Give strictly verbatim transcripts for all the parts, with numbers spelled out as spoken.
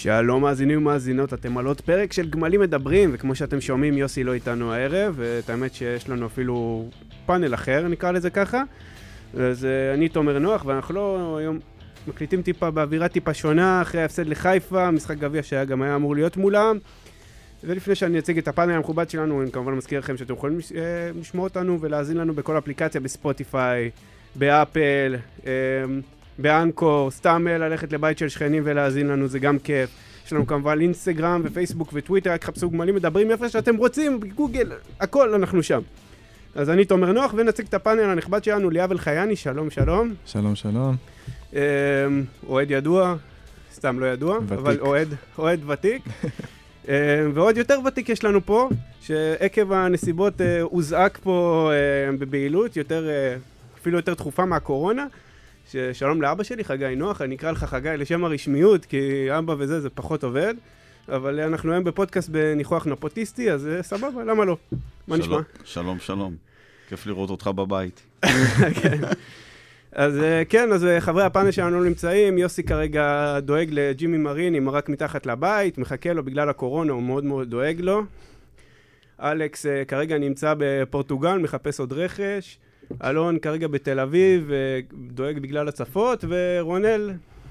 שלום מאזינים ומאזינות, אתם על עוד פרק של גמלים מדברים, וכמו שאתם שומעים יוסי לא איתנו הערב, ואת האמת שיש לנו אפילו פאנל אחר, נקרא לזה ככה. אז אני תומר נוח, ואנחנו לא היום מקליטים טיפה באווירה טיפה שונה, אחרי ההפסד לחיפה, משחק גביע שהיה גם היה אמור להיות מולם. ולפני שאני אציג את הפאנל המכובד שלנו, אני כמובן מזכיר לכם שאתם יכולים לשמוע אותנו ולהאזין לנו בכל אפליקציה, בספוטיפיי, באפל, באנקור, סתם ללכת לבית של שכנים ולהאזין לנו, זה גם כיף. יש לנו כמובן אינסטגרם ופייסבוק וטוויטר, רק חפשו גמלים מדברים איפה שאתם רוצים, בגוגל, הכל, אנחנו שם. אז אני תומר נוח ונציג את הפאנל הנכבד שלנו, ליאב אלחייני, שלום שלום. שלום שלום. אוהד ידוע, סתם לא ידוע, אבל אוהד, אוהד ותיק. ועוד יותר ותיק יש לנו פה, שעקב הנסיבות הוזעק פה בבעילות, יותר, אפילו יותר תכופה מהקורונה. שלום לאבא שלי, חגי נוח, אני אקרא לך חגי לשם הרשמיות, כי אבא וזה זה פחות עובד, אבל אנחנו היום בפודקאסט בניחוח נפוטיסטי, אז סבבה, למה לא? מה נשמע? שלום, שלום. כיף לראות אותך בבית. כן. אז כן, אז חברי הפאנל שלנו נמצאים, יוסי כרגע דואג לג'ימי מרין, עם רק מתחת לבית, מחכה לו בגלל הקורונה, הוא מאוד מאוד דואג לו. אלכס כרגע נמצא בפורטוגל, מחפש עוד רכש. אלון כרגע בתל אביב, דואג בגלל הצפות, ורונל,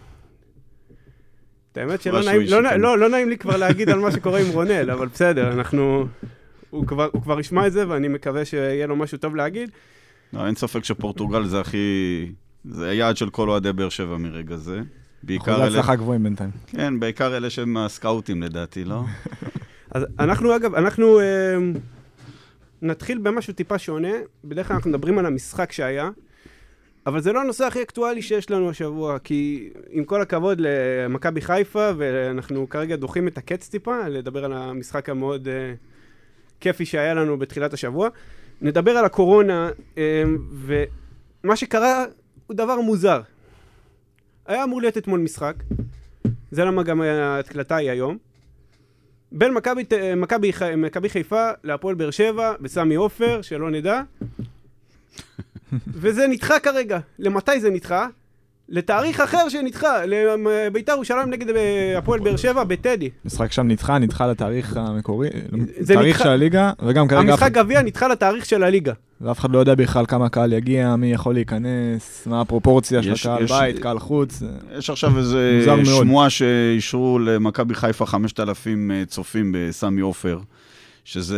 את האמת שלא נעים, לא, לא, לא נעים לי כבר להגיד על מה שקורה עם רונל, אבל בסדר, אנחנו, הוא כבר, הוא כבר ישמע את זה, ואני מקווה שיהיה לו משהו טוב להגיד. לא, אין ספק שפורטוגל זה הכי, זה היעד של כל אוהדי באר שבע מרגע זה. בעיקר אלה... הצלחה גבוהים בינתיים. כן, בעיקר אלה שהם הסקאוטים לדעתי, לא? אז אנחנו, אגב, אנחנו... נתחיל במשהו טיפה שונה, בדרך כלל אנחנו מדברים על המשחק שהיה, אבל זה לא הנושא הכי אקטואלי שיש לנו השבוע, כי עם כל הכבוד למכבי חיפה, ואנחנו כרגע דוחים את הקץ טיפה, לדבר על המשחק המאוד uh, כיפי שהיה לנו בתחילת השבוע. נדבר על הקורונה, um, ומה שקרה הוא דבר מוזר. היה אמור להיות אתמול משחק, זה למה גם ההתקלטה היא היום, בין מכבי, מכבי, מכבי חיפה להפועל באר שבע וסמי עופר, שלא נדע. וזה נדחה כרגע. למתי זה נדחה? לתאריך אחר שנדחה, לביתר ירושלים נגד הפועל באר שבע בטדי. משחק שם נדחה, נדחה לתאריך המקורי, לתאריך של הליגה, וגם כרגע... המשחק גביע נדחה לתאריך של הליגה. ואף אחד לא יודע בכלל כמה קהל יגיע, מי יכול להיכנס, מה הפרופורציה של קהל בית, קהל חוץ. יש עכשיו איזה שמועה שאישרו למכבי חיפה חמשת אלפים צופים בסמי עופר, שזה...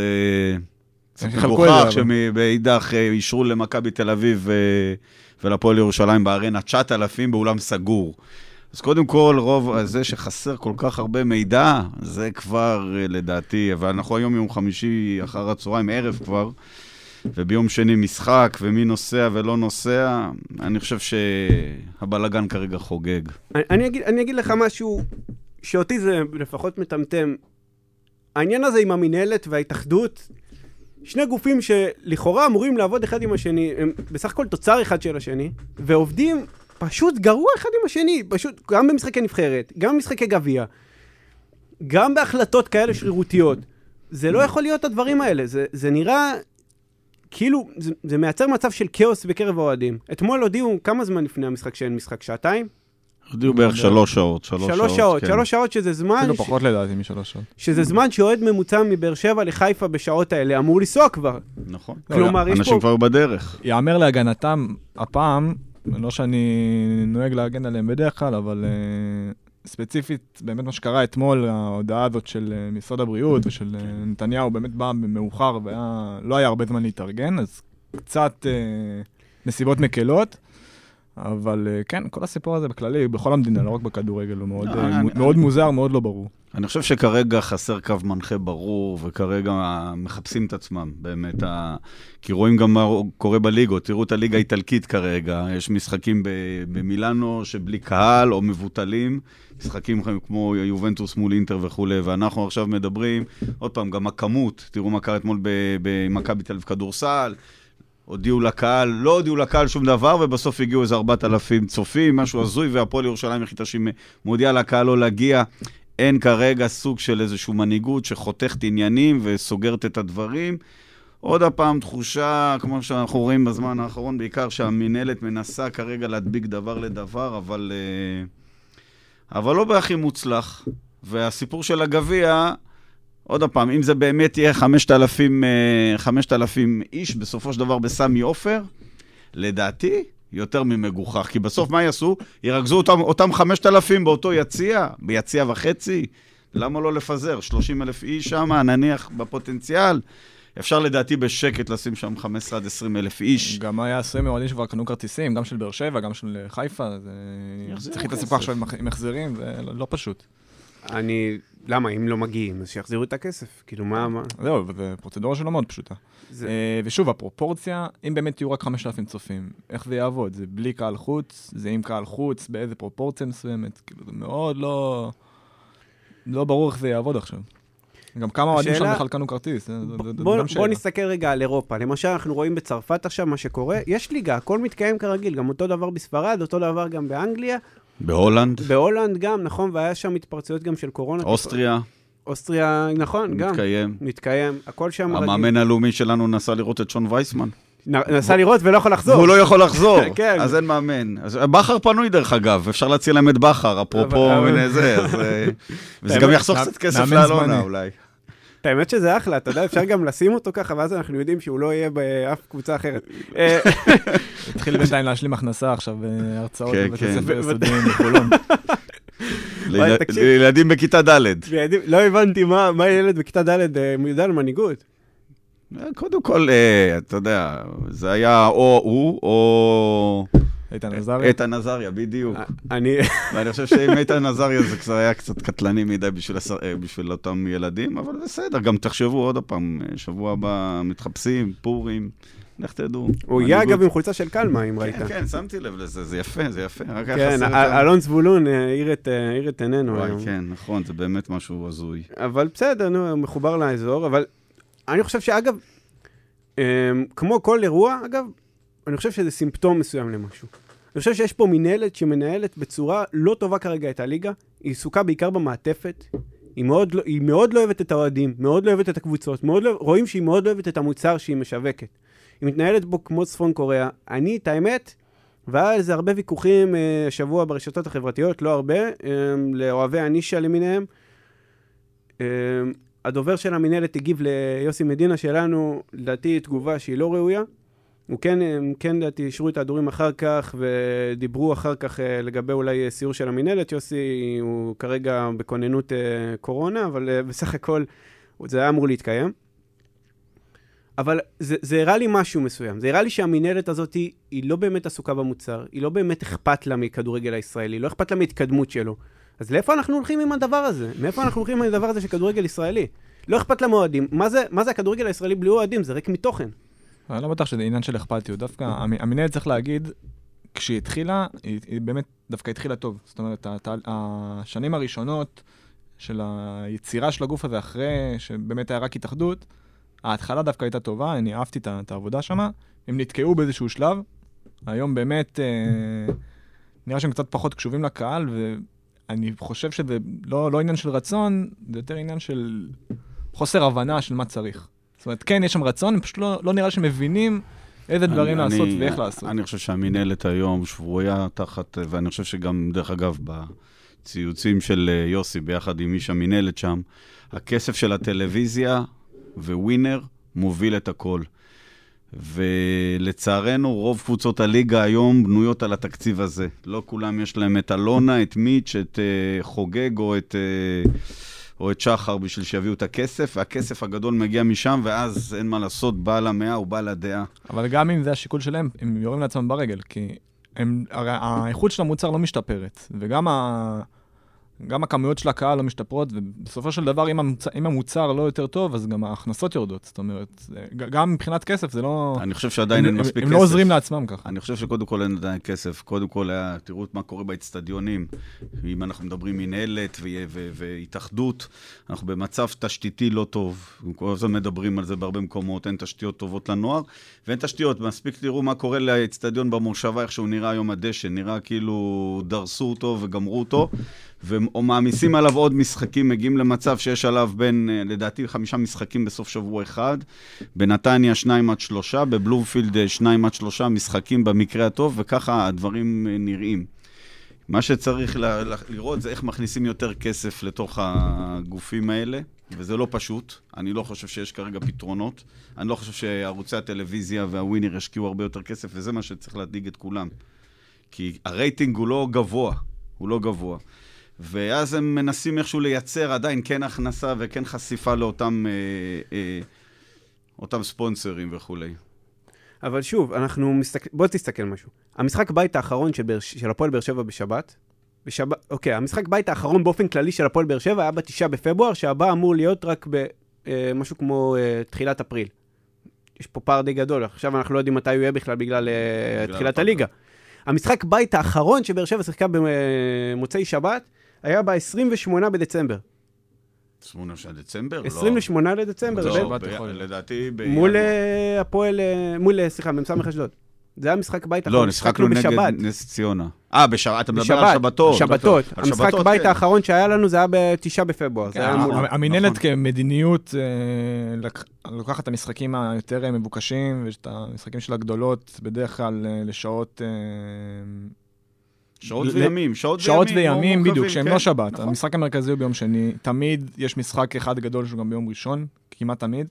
מוכח שבעידך אישרו למכבי תל אביב ולפועל ירושלים בארנה תשעת אלפים באולם סגור. אז קודם כל, רוב זה שחסר כל כך הרבה מידע, זה כבר לדעתי, אבל אנחנו היום יום חמישי אחר הצהריים, ערב כבר, וביום שני משחק, ומי נוסע ולא נוסע, אני חושב שהבלגן כרגע חוגג. אני אגיד, אני אגיד לך משהו שאותי זה לפחות מטמטם. העניין הזה עם המנהלת וההתאחדות, שני גופים שלכאורה אמורים לעבוד אחד עם השני, הם בסך הכל תוצר אחד של השני, ועובדים פשוט גרוע אחד עם השני, פשוט גם במשחקי נבחרת, גם במשחקי גביע, גם בהחלטות כאלה שרירותיות. זה לא יכול להיות הדברים האלה, זה, זה נראה כאילו, זה, זה מייצר מצב של כאוס בקרב האוהדים. אתמול הודיעו כמה זמן לפני המשחק שאין משחק, שעתיים? הודיעו בערך שלוש שעות. שלוש שעות, שלוש שעות שזה זמן... אפילו פחות לדעתי משלוש שעות. שזה זמן שאוהד ממוצע מבאר שבע לחיפה בשעות האלה, אמור לנסוע כבר. נכון. כלומר, יש פה... אנשים כבר בדרך. יאמר להגנתם הפעם, לא שאני נוהג להגן עליהם בדרך כלל, אבל ספציפית, באמת מה שקרה אתמול, ההודעה הזאת של משרד הבריאות ושל נתניהו, באמת באה מאוחר, ולא היה הרבה זמן להתארגן, אז קצת נסיבות מקלות. אבל כן, כל הסיפור הזה בכללי, בכל המדינה, לא רק בכדורגל, הוא מאוד, מאוד מוזר, מאוד לא ברור. אני חושב שכרגע חסר קו מנחה ברור, וכרגע מחפשים את עצמם, באמת. כי רואים גם מה קורה בליגות, תראו את הליגה האיטלקית כרגע, יש משחקים במילאנו שבלי קהל או מבוטלים, משחקים כמו יובנטוס מול אינטר וכו', ואנחנו עכשיו מדברים, עוד פעם, גם הכמות, תראו מה קרה אתמול במכבי תל אביב כדורסל, הודיעו לקהל, לא הודיעו לקהל שום דבר, ובסוף הגיעו איזה ארבעת אלפים צופים, משהו הזוי, והפועל ירושלים החליטה שהיא מודיעה לקהל לא להגיע. אין כרגע סוג של איזשהו מנהיגות שחותכת עניינים וסוגרת את הדברים. עוד הפעם תחושה, כמו שאנחנו רואים בזמן האחרון, בעיקר שהמנהלת מנסה כרגע להדביק דבר לדבר, אבל, אבל לא בהכי מוצלח. והסיפור של הגביע, עוד הפעם, אם זה באמת יהיה חמשת אלפים איש בסופו של דבר בסמי עופר, לדעתי, יותר ממגוחך, כי בסוף מה יעשו? ירכזו אותם, אותם חמשת אלפים באותו יציע, ביציע וחצי, למה לא לפזר? שלושים אלף איש שם, נניח בפוטנציאל, אפשר לדעתי בשקט לשים שם חמישה עשר עד עשרים אלף איש. גם היה עשרים מאוהדים שכבר קנו כרטיסים, גם של באר שבע, גם של חיפה, זה צריך להתעסק עכשיו עם החזרים, זה לא פשוט. אני, למה? אם לא מגיעים, אז שיחזירו את הכסף. כאילו, מה... זהו, זה פרוצדורה שלא מאוד פשוטה. ושוב, הפרופורציה, אם באמת יהיו רק חמשת אלפים צופים, איך זה יעבוד? זה בלי קהל חוץ? זה עם קהל חוץ? באיזה פרופורציה מסוימת? כאילו, זה מאוד לא... לא ברור איך זה יעבוד עכשיו. גם כמה אוהדים שם בכלל קנו כרטיס. בוא נסתכל רגע על אירופה. למשל, אנחנו רואים בצרפת עכשיו מה שקורה. יש ליגה, הכל מתקיים כרגיל. גם אותו דבר בספרד, אותו דבר גם באנגליה. בהולנד. בהולנד גם, נכון, והיה שם התפרצויות גם של קורונה. אוסטריה. אוסטריה, נכון, גם. מתקיים. מתקיים, הכל שם רגיל. המאמן הלאומי שלנו נסע לראות את שון וייסמן. נסע לראות ולא יכול לחזור. הוא לא יכול לחזור, אז אין מאמן. בחר פנוי דרך אגב, אפשר להציע להם את בחר, אפרופו מיני זה. וזה גם יחסוך קצת כסף לאלונה אולי. האמת שזה אחלה, אתה יודע, אפשר גם לשים אותו ככה, ואז אנחנו יודעים שהוא לא יהיה באף קבוצה אחרת. התחיל בינתיים להשלים הכנסה עכשיו, הרצאות בבתי ספר יסודיים בחולון. לילדים בכיתה ד'. לא הבנתי מה ילד בכיתה ד' מיודע על מנהיגות. קודם כל, אתה יודע, זה היה או הוא, או... איתן עזריה? איתן עזריה, בדיוק. אני... ואני חושב שעם איתן עזריה זה כבר היה קצת קטלני מדי בשביל אותם ילדים, אבל בסדר, גם תחשבו עוד הפעם, שבוע הבא מתחפשים, פורים, לך תדעו. הוא יהיה אגב עם חולצה של קלמה, אם ראית. כן, כן, שמתי לב לזה, זה יפה, זה יפה. כן, אלון זבולון העיר את עינינו היום. כן, נכון, זה באמת משהו הזוי. אבל בסדר, נו, מחובר לאזור, אבל אני חושב שאגב, כמו כל אירוע, אגב, אני חושב שזה סימפטום מסוים למשהו. אני חושב שיש פה מנהלת שמנהלת בצורה לא טובה כרגע את הליגה, היא עסוקה בעיקר במעטפת, היא מאוד לא, היא מאוד לא אוהבת את האוהדים, מאוד לא אוהבת את הקבוצות, מאוד לא, רואים שהיא מאוד לא אוהבת את המוצר שהיא משווקת. היא מתנהלת בו כמו צפון קוריאה. אני, את האמת, והיה איזה הרבה ויכוחים אה, שבוע ברשתות החברתיות, לא הרבה, אה, לאוהבי הנישה למיניהם. אה, הדובר של המנהלת הגיב ליוסי מדינה שלנו, לדעתי תגובה שהיא לא ראויה. הוא כן, כן דעתי, אישרו את ההדורים אחר כך, ודיברו אחר כך לגבי אולי סיור של המנהלת. יוסי הוא כרגע בכוננות קורונה, אבל בסך הכל זה היה אמור להתקיים. אבל זה, זה הראה לי משהו מסוים. זה הראה לי שהמנהלת הזאת היא, היא לא באמת עסוקה במוצר, היא לא באמת אכפת לה מכדורגל הישראלי, לא אכפת לה מהתקדמות שלו. אז לאיפה אנחנו הולכים עם הדבר הזה? מאיפה אנחנו הולכים עם הדבר הזה של כדורגל ישראלי? לא אכפת לה מאוהדים. מה זה, מה זה הכדורגל הישראלי בלי אוהדים? זה ריק מתוכן. אני לא בטח שזה עניין של אכפתיות. דווקא המנהלת צריך להגיד, כשהיא התחילה, היא, היא באמת דווקא התחילה טוב. זאת אומרת, השנים הראשונות של היצירה של הגוף הזה אחרי שבאמת היה רק התאחדות, ההתחלה דווקא הייתה טובה, אני אהבתי את העבודה שמה, הם נתקעו באיזשהו שלב, היום באמת אה, נראה שהם קצת פחות קשובים לקהל, ואני חושב שזה לא, לא עניין של רצון, זה יותר עניין של חוסר הבנה של מה צריך. זאת אומרת, כן, יש שם רצון, הם פשוט לא, לא נראה שמבינים איזה דברים אני, לעשות אני, ואיך לעשות. אני חושב שהמנהלת היום שבויה תחת, ואני חושב שגם, דרך אגב, בציוצים של יוסי ביחד עם איש המנהלת שם, הכסף של הטלוויזיה וווינר מוביל את הכל. ולצערנו, רוב קבוצות הליגה היום בנויות על התקציב הזה. לא כולם יש להם את אלונה, את מיץ', את uh, חוגג או את... Uh, או את שחר בשביל שיביאו את הכסף, והכסף הגדול מגיע משם, ואז אין מה לעשות, בעל המאה או בעל הדעה. אבל גם אם זה השיקול שלהם, הם יורים לעצמם ברגל, כי הם, האיכות של המוצר לא משתפרת, וגם ה, גם הכמויות של הקהל לא משתפרות, ובסופו של דבר, אם המוצר, אם המוצר לא יותר טוב, אז גם ההכנסות יורדות. זאת אומרת, גם מבחינת כסף, זה לא... אני חושב שעדיין אין מספיק כסף. הם לא עוזרים לעצמם ככה. אני חושב שקודם כל אין עדיין כסף. קודם כל, תראו מה קורה באצטדיונים. אם אנחנו מדברים מנהלת והתאחדות, אנחנו במצב תשתיתי לא טוב. כל הזמן מדברים על זה בהרבה מקומות. אין תשתיות טובות לנוער, ואין תשתיות. מספיק תראו מה קורה לאצטדיון במושבה, איך שהוא נראה היום הדשא. נראה כאילו דרסו אותו וגמרו אותו. או מעמיסים עליו עוד משחקים, מגיעים למצב שיש עליו בין, לדעתי, חמישה משחקים בסוף שבוע אחד, בנתניה שניים עד שלושה, בבלומפילד שניים עד שלושה משחקים במקרה הטוב, וככה הדברים נראים. מה שצריך ל- ל- לראות זה איך מכניסים יותר כסף לתוך הגופים האלה, וזה לא פשוט. אני לא חושב שיש כרגע פתרונות. אני לא חושב שערוצי הטלוויזיה והווינר ישקיעו הרבה יותר כסף, וזה מה שצריך להדאיג את כולם. כי הרייטינג הוא לא גבוה, הוא לא גבוה. ואז הם מנסים איכשהו לייצר עדיין כן הכנסה וכן חשיפה לאותם אה, אה, אותם ספונסרים וכו'. אבל שוב, אנחנו מסתכל... בוא תסתכל משהו. המשחק בית האחרון של, בר... של הפועל באר שבע בשבת, בשבת, אוקיי, המשחק בית האחרון באופן כללי של הפועל באר שבע היה בתשעה בפברואר, שהבא אמור להיות רק במשהו כמו אה, תחילת אפריל. יש פה פער די גדול, עכשיו אנחנו לא יודעים מתי הוא יהיה בכלל בגלל אה, תחילת הליגה. המשחק בית האחרון שבאר שבע שיחקה במוצאי שבת, היה ב-עשרים ושמונה בדצמבר. עשרים ושמונה דצמבר? עשרים ושמונה לדצמבר. לא, לדעתי... מול הפועל, מול, סליחה, ממסמך אשדוד. זה היה משחק בית האחרון. לא, נשחקנו נגד נס ציונה. אה, בשבת, אתה מדבר על שבתות. שבתות. המשחק בית האחרון שהיה לנו זה היה בתשעה בפברואר. המנהלת כמדיניות לוקחת את המשחקים היותר מבוקשים, ואת המשחקים של הגדולות בדרך כלל לשעות... שעות וימים, שעות וימים, בדיוק, שהם לא שבת. המשחק המרכזי הוא ביום שני. תמיד יש משחק אחד גדול שהוא גם ביום ראשון, כמעט תמיד.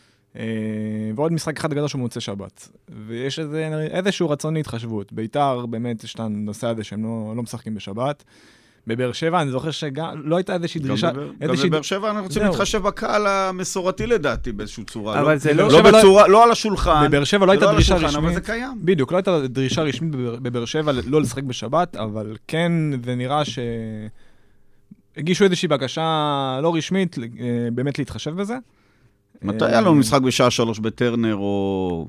ועוד משחק אחד גדול שהוא מוצא שבת. ויש איזשהו רצון להתחשבות. ביתר, באמת, יש את הנושא הזה שהם לא משחקים בשבת. בבאר שבע, אני זוכר שגם לא הייתה איזושהי דרישה... גם בבאר שבע אנחנו רוצים להתחשב בקהל המסורתי לדעתי באיזושהי צורה. אבל זה לא... לא בצורה, לא על השולחן. בבאר שבע לא הייתה דרישה רשמית. אבל זה קיים. בדיוק, לא הייתה דרישה רשמית בבאר שבע לא לשחק בשבת, אבל כן, זה נראה ש... הגישו איזושהי בקשה לא רשמית, באמת להתחשב בזה. מתי היה לנו משחק בשעה שלוש בטרנר, או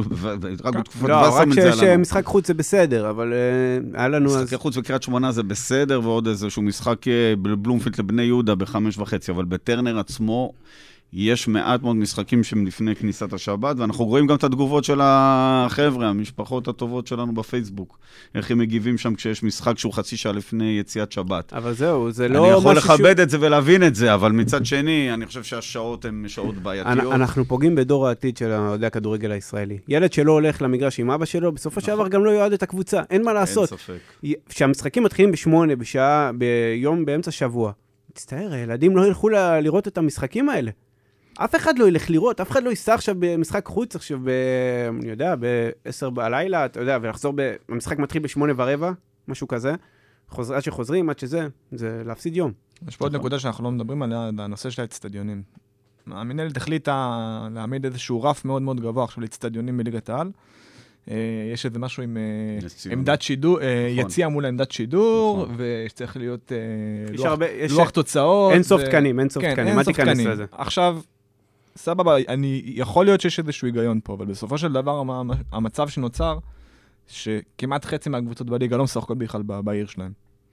רק בתקופת לא, רק שמשחק חוץ זה בסדר, אבל היה לנו... משחקי חוץ בקריית שמונה זה בסדר, ועוד איזשהו משחק בבלומפילד לבני יהודה בחמש וחצי, אבל בטרנר עצמו יש מעט מאוד משחקים שהם לפני כניסת השבת, ואנחנו רואים גם את התגובות של החבר'ה, המשפחות הטובות שלנו בפייסבוק, איך הם מגיבים שם כשיש משחק שהוא חצי שעה לפני יציאת שבת. אבל זהו, זה לא... אני יכול לכבד את זה ולהבין את זה, אבל מצד שני, אני חושב שהשעות הן שעות בעייתיות. אנחנו פוגעים בדור העתיד של אוהדי הכדורגל הישראלי. ילד שלא הולך למגרש עם אבא שלו, בסופו של דבר גם לא יועד את הקבוצה, אין מה לעשות. אין ספק. כשהמשחקים מתחילים בשמונה, בשעה, ביום, באמצע שבוע, תצטער, הילדים לא ילכו לראות את המשחקים האלה. אף אחד לא ילך לראות, אף אחד לא ייסע עכשיו במשחק חוץ, עכשיו ב... אני יודע, ב-עשר בלילה, אתה יודע, ולחזור ב... המשחק מתחיל בשמונה ורבע, משהו כזה, עד שחוזרים, עד שזה, זה להפסיד יום. יש פה עוד נקודה שאנחנו לא מדברים עליה, הנושא של האצטדיונים. המנהלת החליטה להעמיד איזשהו רף מאוד מאוד גבוה עכשיו לאצטדיונים בליגת העל. יש איזה משהו עם עמדת שידור, יציאה מול עמדת שידור, וצריך להיות לוח תוצאות. אין סוף תקנים, אין סוף תקנים, מה תיכנס לזה? עכשיו, סבבה, אני יכול להיות שיש איזשהו היגיון פה, אבל בסופו של דבר המצב שנוצר, שכמעט חצי מהקבוצות בליגה לא משחקות בכלל בעיר שלהם.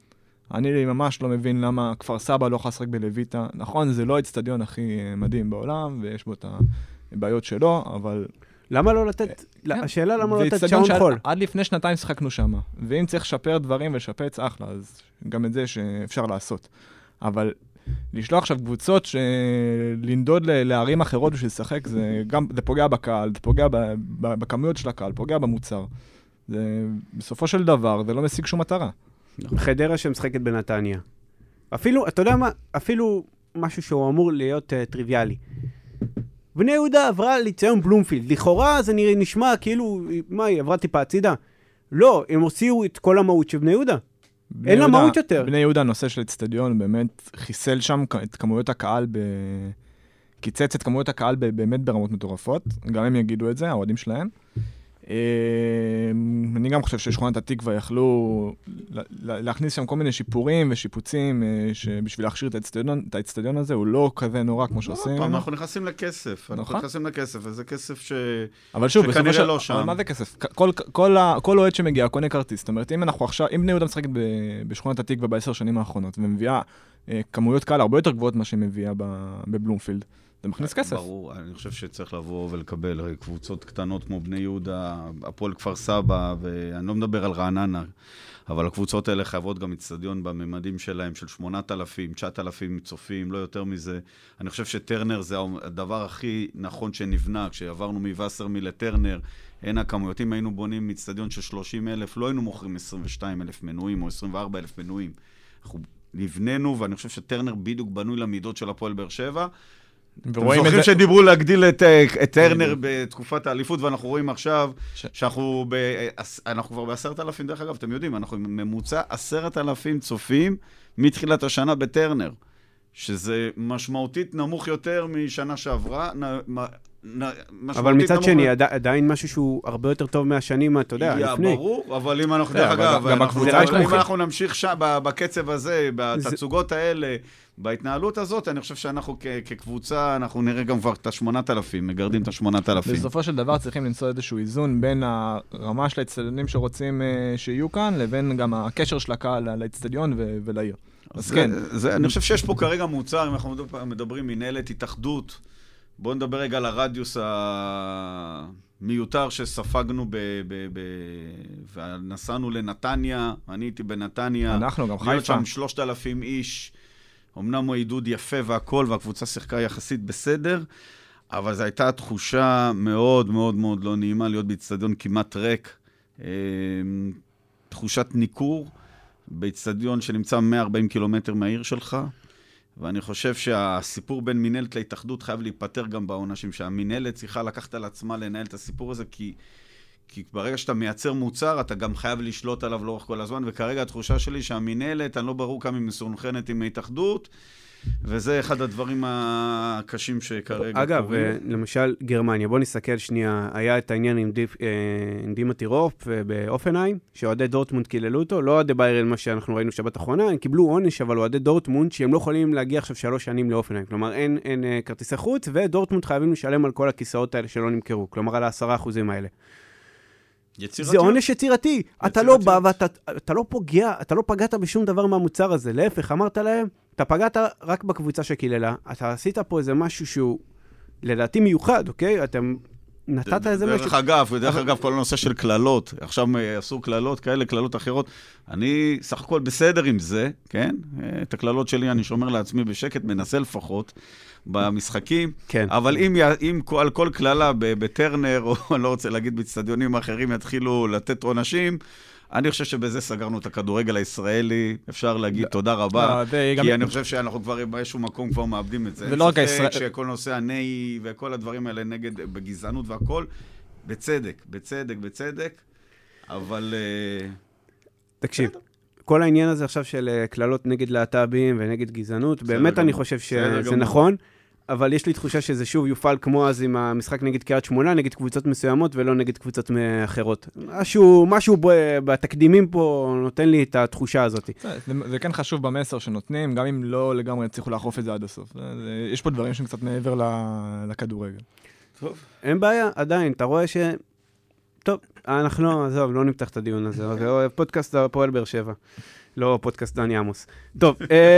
אני ממש לא מבין למה כפר סבא לא חסרק בלויטה. נכון, זה לא האצטדיון הכי מדהים בעולם, ויש בו את הבעיות שלו, אבל... למה לא לתת... השאלה למה לא לתת שעון חול. עד לפני שנתיים שחקנו שם, ואם צריך לשפר דברים ולשפץ אחלה, אז גם את זה שאפשר לעשות. אבל לשלוח עכשיו קבוצות שלנדוד לערים אחרות בשביל לשחק, זה גם, זה פוגע בקהל, זה פוגע בכמויות של הקהל, פוגע במוצר. זה, בסופו של דבר, זה לא משיג שום מטרה. חדרה שמשחקת בנתניה. אפילו, אתה יודע מה, אפילו משהו שהוא אמור להיות uh, טריוויאלי. בני יהודה עברה לציון בלומפילד. לכאורה זה נשמע כאילו, מה היא, עברה טיפה הצידה. לא, הם הוציאו את כל המהות של בני יהודה. אין לה מהות יותר. בני יהודה, הנושא של אצטדיון, באמת חיסל שם את כמויות הקהל, ב... קיצץ את כמויות הקהל באמת ברמות מטורפות. גם הם יגידו את זה, האוהדים שלהם. אני גם חושב ששכונת התקווה יכלו להכניס שם כל מיני שיפורים ושיפוצים שבשביל להכשיר את האצטדיון הזה הוא לא כזה נורא כמו שעושים. אנחנו נכנסים לכסף, אנחנו נכנסים לכסף, וזה כסף שכנראה לא שם. אבל מה זה כסף? כל אוהד שמגיע, קונה כרטיס, זאת אומרת, אם אנחנו עכשיו, אם בני יהודה משחקת בשכונת התקווה בעשר שנים האחרונות, ומביאה כמויות קהל הרבה יותר גבוהות מה שהיא מביאה בבלומפילד, זה מכניס כסף. ברור, אני חושב שצריך לבוא ולקבל קבוצות קטנות כמו בני יהודה, הפועל כפר סבא, ואני לא מדבר על רעננה, אבל הקבוצות האלה חייבות גם אצטדיון בממדים שלהם, של שמונת אלפים, תשעת אלפים צופים, לא יותר מזה. אני חושב שטרנר זה הדבר הכי נכון שנבנה, כשעברנו מווסרמי לטרנר, אין הכמויות. אם היינו בונים אצטדיון של שלושים אלף, לא היינו מוכרים עשרים ושתיים אלף מנויים או עשרים וארבעה אלף מנויים. אנחנו נבננו, ואני חושב שטרנר בדיוק בנוי למידות של הפועל באר שבע. אתם זוכרים שדיברו להגדיל את טרנר בתקופת האליפות, ואנחנו רואים עכשיו שאנחנו כבר בעשרת אלפים, דרך אגב, אתם יודעים, אנחנו ממוצע עשרת אלפים צופים מתחילת השנה בטרנר, שזה משמעותית נמוך יותר משנה שעברה, אבל מצד שני, עדיין משהו שהוא הרבה יותר טוב מהשנים, אתה יודע, לפני. ברור, אבל אם אנחנו, דרך אגב, אם אנחנו נמשיך בקצב הזה, בתצוגות האלה, בהתנהלות הזאת, אני חושב שאנחנו כקבוצה, אנחנו נראה גם כבר את השמונת אלפים, מגרדים את השמונת אלפים. בסופו של דבר צריכים למצוא איזשהו איזון בין הרמה של האצטדיונים שרוצים שיהיו כאן, לבין גם הקשר של הקהל לאצטדיון ולעיר. אז כן. אני חושב שיש פה כרגע מוצר, אם אנחנו מדברים מנהלת התאחדות, בואו נדבר רגע על הרדיוס המיותר שספגנו ונסענו לנתניה, אני הייתי בנתניה. אנחנו גם חיפה. להיות שם שלושת אלפים איש, אמנם הוא עידוד יפה והכל, והקבוצה שיחקה יחסית בסדר, אבל זו הייתה תחושה מאוד מאוד מאוד לא נעימה להיות באצטדיון כמעט ריק, תחושת ניכור, באצטדיון שנמצא מאה וארבעים קילומטר מהעיר שלך, ואני חושב שהסיפור בין מנהלת להתאחדות חייב להיפטר גם בעונשים, שהמנהלת צריכה לקחת על עצמה לנהל את הסיפור הזה, כי, כי ברגע שאתה מייצר מוצר, אתה גם חייב לשלוט עליו לאורך כל הזמן, וכרגע התחושה שלי שהמנהלת, אני לא ברור כמה היא מסונכנת עם ההתאחדות, וזה אחד הדברים הקשים שכרגע אגב, קוראים. אגב, למשל גרמניה, בוא נסתכל שנייה, היה את העניין עם, דיפ, עם דימה טירוף באופנהיים, שאוהדי דורטמונד קיללו אותו, לא אוהדי ביירן מה שאנחנו ראינו שבת האחרונה, הם קיבלו עונש, אבל אוהדי דורטמונד שהם לא יכולים להגיע עכשיו שלוש שנים לאופנהיים, כלומר אין, אין כרטיסי חוץ, ודורטמונד חייבים לשלם על כל הכיסאות האלה שלא נמכרו, כלומר על העשרה אחוזים האלה. יצירתי. זה עונש יצירתי. אתה לא בא ואתה אתה לא פוגע, אתה לא פגעת בשום דבר מהמוצר הזה. להפך, אמרת להם, אתה פגעת רק בקבוצה שקיlela. אתה עשית פה איזה משהו שהוא לדעתי מיוחד, אוקיי? אתם נתת איזה משהו. דרך אגב, דרך אגב, כל הנושא של כללות, עכשיו עשו כללות כאלה, כללות אחרות. אני סך הכל בסדר עם זה, כן? את הכללות שלי אני שומר לעצמי בשקט, מנסה לפחות. במשחקים, כן. אבל אם, אם על כל כללה בטרנר, או אני לא רוצה להגיד באצטדיונים אחרים, יתחילו לתת עונשים, אני חושב שבזה סגרנו את הכדורגל הישראלי, אפשר להגיד תודה רבה, כי אני חושב שאנחנו כבר באיזשהו מקום כבר מאבדים את זה. ולא רק הישראל... שכל נושא הנאי וכל הדברים האלה נגד, בגזענות והכל, בצדק, בצדק, בצדק, אבל... תקשיב. כל העניין הזה עכשיו של כללות נגד להט"בים ונגד גזענות, באמת אני חושב שזה נכון, אבל יש לי תחושה שזה שוב יופעל כמו אז עם המשחק נגד קריית שמונה, נגד קבוצות מסוימות ולא נגד קבוצות אחרות. משהו, משהו בתקדימים פה נותן לי את התחושה הזאת. זה, זה כן חשוב במסר שנותנים, גם אם לא לגמרי יצליחו לאכוף את זה עד הסוף. יש פה דברים שהם קצת מעבר לכדורגל. טוב. אין בעיה, עדיין, אתה רואה ש... טוב, אנחנו לא, עזוב, לא נפתח את הדיון הזה. פודקאסט הפועל באר שבע, לא פודקאסט דני עמוס. טוב,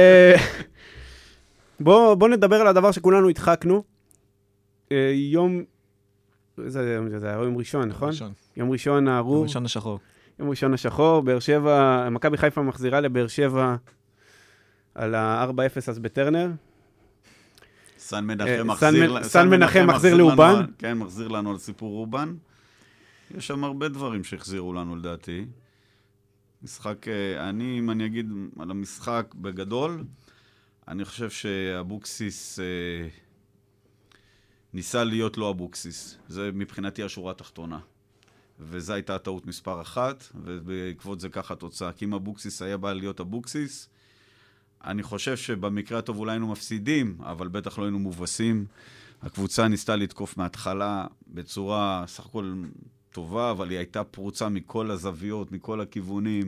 בוא, בוא נדבר על הדבר שכולנו הדחקנו. יום, זה, זה היה יום ראשון, נכון? ראשון. יום ראשון הארור. יום ראשון השחור. יום ראשון השחור, באר שבע, מכבי חיפה מחזירה לבאר שבע על ה-ארבע אפס אז בטרנר. סן מנחם מחזיר, סן מנחם מחזיר לאובן. כן, מחזיר לנו על סיפור אובן. יש שם הרבה דברים שהחזירו לנו לדעתי. משחק, אני, אם אני אגיד על המשחק בגדול, אני חושב שאבוקסיס אה, ניסה להיות לא אבוקסיס. זה מבחינתי השורה התחתונה. וזו הייתה טעות מספר אחת, ובעקבות זה ככה תוצאה. כי אם אבוקסיס היה בא להיות אבוקסיס, אני חושב שבמקרה הטוב אולי היינו מפסידים, אבל בטח לא היינו מובסים. הקבוצה ניסתה לתקוף מההתחלה בצורה סך הכל טובה, אבל היא הייתה פרוצה מכל הזוויות, מכל הכיוונים.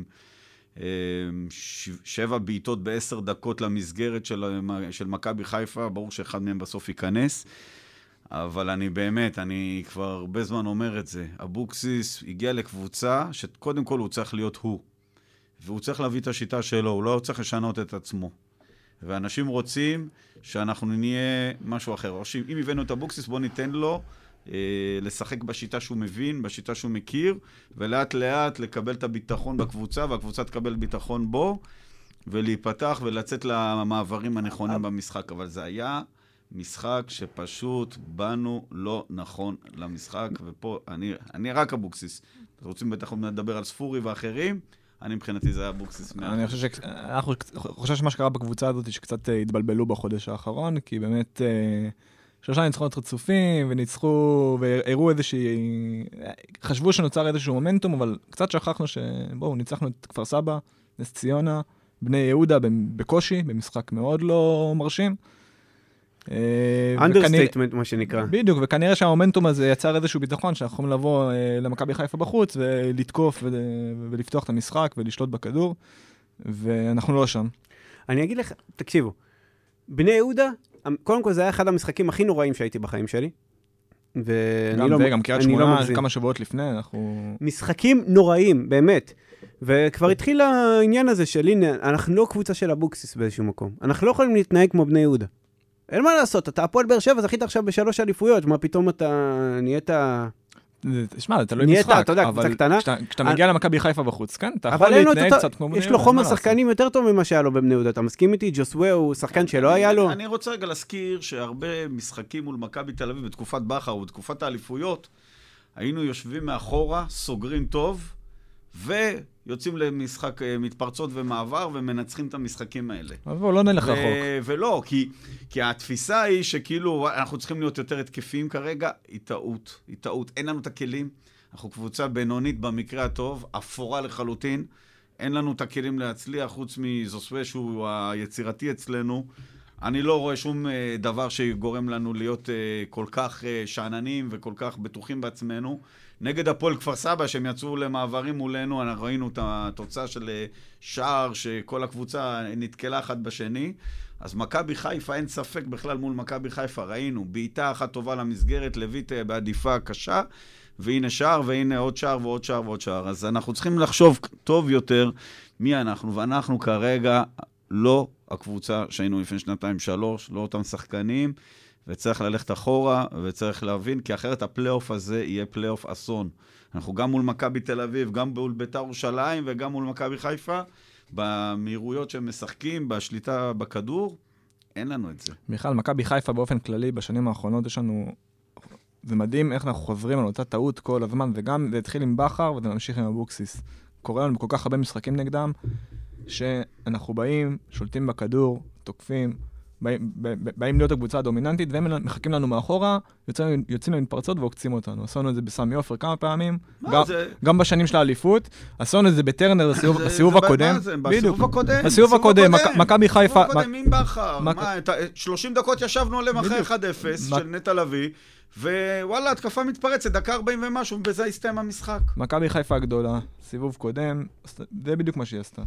שבע בעיטות בעשר דקות למסגרת של, של מכבי חיפה, ברור שאחד מהם בסוף ייכנס, אבל אני באמת, אני כבר הרבה זמן אומר את זה, אבוקסיס הגיע לקבוצה שקודם כל הוא צריך להיות הוא, והוא צריך להביא את השיטה שלו, הוא לא צריך לשנות את עצמו. ואנשים רוצים שאנחנו נהיה משהו אחר. או שאם הבאנו את אבוקסיס, בוא ניתן לו אה, לשחק בשיטה שהוא מבין, בשיטה שהוא מכיר, ולאט לאט לקבל את הביטחון בקבוצה, והקבוצה תקבל ביטחון בו, ולהיפתח ולצאת למעברים הנכונים במשחק. אבל זה היה משחק שפשוט באנו לא נכון למשחק, ופה אני, אני רק אבוקסיס. אתם רוצים בטח לדבר על ספורי ואחרים, אני מבחינתי זה היה אבוקסיס. אני חושב ש... אנחנו חושב שמה שקרה בקבוצה הזאת, שקצת התבלבלו בחודש האחרון, כי באמת שלושה ניצחונות רצופים, וניצחו, והראו איזושהי... חשבו שנוצר איזשהו מומנטום, אבל קצת שכחנו שבואו, ניצחנו את כפר סבא, נס ציונה, בני יהודה בקושי, במשחק מאוד לא מרשים. אנדרסטייטמנט, מה שנקרא. בדיוק, וכנראה שהמומנטום הזה יצר איזשהו ביטחון, שאנחנו יכולים לבוא למכבי חיפה בחוץ, ולתקוף ולפתוח את המשחק, ולשלוט בכדור, ואנחנו לא שם. אני אגיד לך, תקשיבו, בני יהודה, קודם כל זה היה אחד המשחקים הכי נוראים שהייתי בחיים שלי, גם זה, גם קריית שמונה, כמה שבועות לפני, אנחנו... משחקים נוראים, באמת. וכבר התחיל העניין הזה של, הנה, אנחנו לא קבוצה של אבוקסיס באיזשהו מקום. אנחנו לא יכולים להתנהג כמו בני יהודה. אין מה לעשות, אתה הפועל באר שבע, זכית עכשיו בשלוש אליפויות, מה פתאום אתה נהיית... תשמע, אתה לא עם משחק, אתה יודע, קבוצה קטנה. כשאתה מגיע למכבי חיפה בחוץ, כן, אתה יכול להתנהג קצת כמו בני יהודה. יש לו חומר שחקנים יותר טוב ממה שהיה לו בבני יהודה, אתה מסכים איתי? ג'וסווה הוא שחקן שלא היה לו? אני רוצה רגע להזכיר שהרבה משחקים מול מכבי תל אביב בתקופת בכר ובתקופת האליפויות, היינו יושבים מאחורה, סוגרים טוב, ויוצאים למשחק מתפרצות ומעבר, ומנצחים את המשחקים האלה. אבל לא נלך רחוק. ולא, כי, כי התפיסה היא שכאילו אנחנו צריכים להיות יותר התקפיים כרגע, היא טעות, היא טעות. אין לנו את הכלים, אנחנו קבוצה בינונית במקרה הטוב, אפורה לחלוטין, אין לנו את הכלים להצליח, חוץ מזוסווה שהוא היצירתי אצלנו. אני לא רואה שום דבר שגורם לנו להיות כל כך שעננים וכל כך בטוחים בעצמנו. נגד הפועל כפר סבא, שהם יצאו למעברים מולנו, אנחנו ראינו את התוצאה של שער, שכל הקבוצה נתקלה אחד בשני. אז מכבי חיפה, אין ספק בכלל מול מכבי חיפה, ראינו, בעיטה אחת טובה למסגרת, לויט בעדיפה קשה, והנה שער, והנה עוד שער ועוד שער ועוד שער. אז אנחנו צריכים לחשוב טוב יותר מי אנחנו, ואנחנו כרגע לא הקבוצה שהיינו לפני שנתיים שלוש, לא אותם שחקנים, וצריך ללכת אחורה, וצריך להבין, כי אחרת הפלייאוף הזה יהיה פלייאוף אסון. אנחנו גם מול מכבי תל אביב, גם מול בית"ר ירושלים, וגם מול מכבי חיפה, במהירויות שהם משחקים, בשליטה בכדור, אין לנו את זה. מיכל, מכבי חיפה באופן כללי, בשנים האחרונות יש לנו, זה מדהים איך אנחנו חוזרים על אותה טעות כל הזמן, וגם זה התחיל עם בכר, וזה ממשיך עם אבוקסיס. קורה לנו בכל כך הרבה משחקים נגדם, שאנחנו באים, שולטים בכדור, תוקפים, באים, באים להיות הקבוצה הדומיננטית, והם מחכים לנו מאחורה, יוצאים, יוצאים למתפרצות ועוקצים אותנו. עשינו את זה בסמי עופר כמה פעמים, גם, זה... גם בשנים של האליפות, עשינו את זה בטרנר בסיבוב, זה, בסיבוב זה הקודם. זה, בסיבוב הקודם. בסיבוב הקודם, מכבי חיפה. בסיבוב הקודם, עם בכר. שלושים דקות ישבנו עליהם אחרי אחד אפס של נטע לביא, ווואלה, התקפה מתפרצת, דקה ארבעים ומשהו, ובזה הסתיים המשחק. מכבי חיפה הגדולה, סיבוב קודם, זה בדיוק מה שהיא עשתה.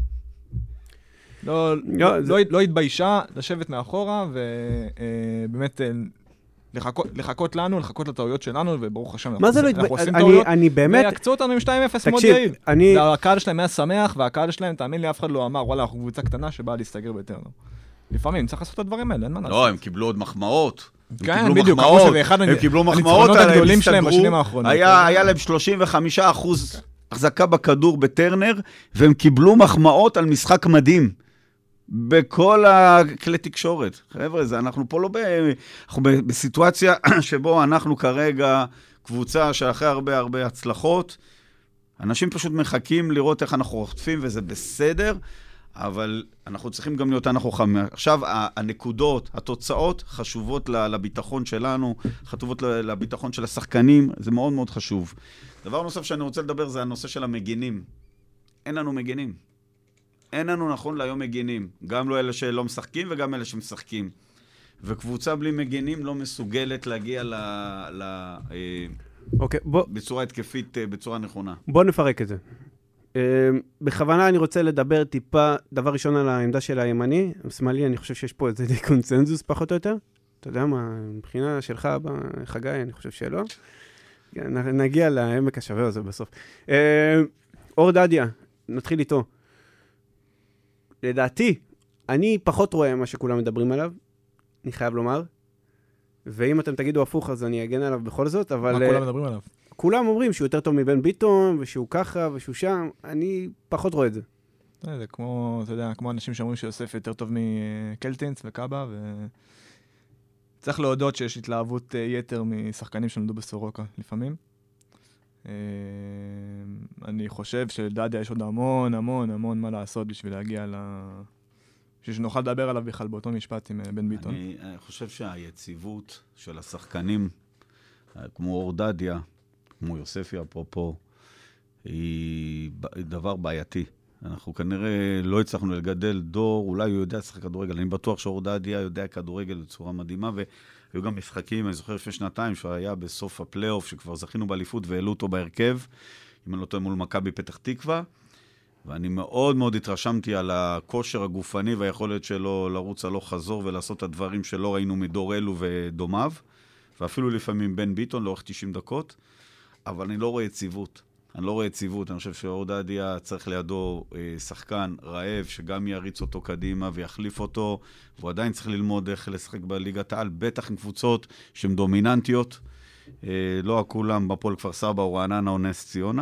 לא, לא, לא, לא התביישה לשבת מאחורה, ובאמת לחכות, לחכות לנו, לחכות לטעויות שלנו, וברוך השם, מה זה לא התביישה? אני, אני באמת... ויקצו אותנו עם שתיים אפס מאוד יעיל. אני... והקהל שלהם היה שמח, והקהל שלהם, תאמין לי, אף אחד לא אמר, וואלה, אנחנו קבוצה קטנה שבאה להסתגר בטרנר. לפעמים צריך לעשות את הדברים האלה, אין מה לעשות. לא, הם קיבלו עוד מחמאות. כן, בדיוק, כמו שזה אחד הניצחונות הגדולים שלהם בשנים האחרונות. היה להם שלושים וחמישה אחוז החזקה בכדור בטרנר, והם קיבלו מחמאות על משחק מדהים. בכל הכלי תקשורת. חבר'ה, זה, אנחנו פה לא ב... אנחנו ב, בסיטואציה שבו אנחנו כרגע קבוצה שאחרי הרבה הרבה הצלחות, אנשים פשוט מחכים לראות איך אנחנו חוטפים, וזה בסדר, אבל אנחנו צריכים גם להיות אנחנו חכמים. עכשיו, הנקודות, התוצאות חשובות לביטחון שלנו, חשובות לביטחון של השחקנים, זה מאוד מאוד חשוב. דבר נוסף שאני רוצה לדבר זה הנושא של המגינים. אין לנו מגינים. אין לנו נכון להיום מגינים. גם לא אלה שלא משחקים וגם אלה שמשחקים. וקבוצה בלי מגינים לא מסוגלת להגיע ל... ל אוקיי, בוא... בצורה התקפית, בצורה נכונה. בוא נפרק את זה. בכוונה אני רוצה לדבר טיפה, דבר ראשון על העמדה של הימני, שמאלי, אני חושב שיש פה איזה קונצנזוס פחות או יותר. אתה יודע מה, מבחינה שלך, חגי, אני חושב שלא. נגיע לעמק השווה הזה בסוף. אור דדיה, נתחיל איתו. לדעתי, אני פחות רואה מה שכולם מדברים עליו, אני חייב לומר, ואם אתם תגידו הפוך, אז אני אגן עליו בכל זאת, אבל... מה כולם מדברים עליו? כולם אומרים שהוא יותר טוב מבן ביטון, ושהוא ככה, ושהוא שם, אני פחות רואה את זה. זה כמו, אתה יודע, כמו אנשים שאומרים שיוסף יותר טוב מקלטינס וקאבה, וצריך להודות שיש התלהבות יתר משחקנים שנולדו בסורוקה לפעמים. אני חושב שלדדיה יש עוד המון, המון, המון מה לעשות בשביל להגיע ל... בשביל שנוכל לדבר עליו בכלל באותו משפט עם בן ביטון. אני, אני חושב שהיציבות של השחקנים, כמו אורדדיה, כמו יוספי אפרופו, היא דבר בעייתי. אנחנו כנראה לא הצלחנו לגדל דור, אולי הוא יודע לשחק כדורגל. אני בטוח שאורדדיה יודע כדורגל בצורה מדהימה, והיו גם משחקים, אני זוכר לפני שנתיים, שהוא היה בסוף הפלייאוף, שכבר זכינו באליפות והעלו אותו בהרכב, אם אני לא טועה מול מכבי פתח תקווה, ואני מאוד מאוד התרשמתי על הכושר הגופני והיכולת שלו לרוץ הלוך חזור ולעשות את הדברים שלא ראינו מדור אלו ודומיו, ואפילו לפעמים בן ביטון לאורך תשעים דקות, אבל אני לא רואה יציבות. אני לא רואה יציבות, אני חושב שאורדדיה צריך לידו אה, שחקן רעב, שגם יריץ אותו קדימה ויחליף אותו, והוא עדיין צריך ללמוד איך לשחק בליגת העל, בטח עם קבוצות שהן דומיננטיות, אה, לא הכולם בפועל כפר סבא או רעננה או נס ציונה,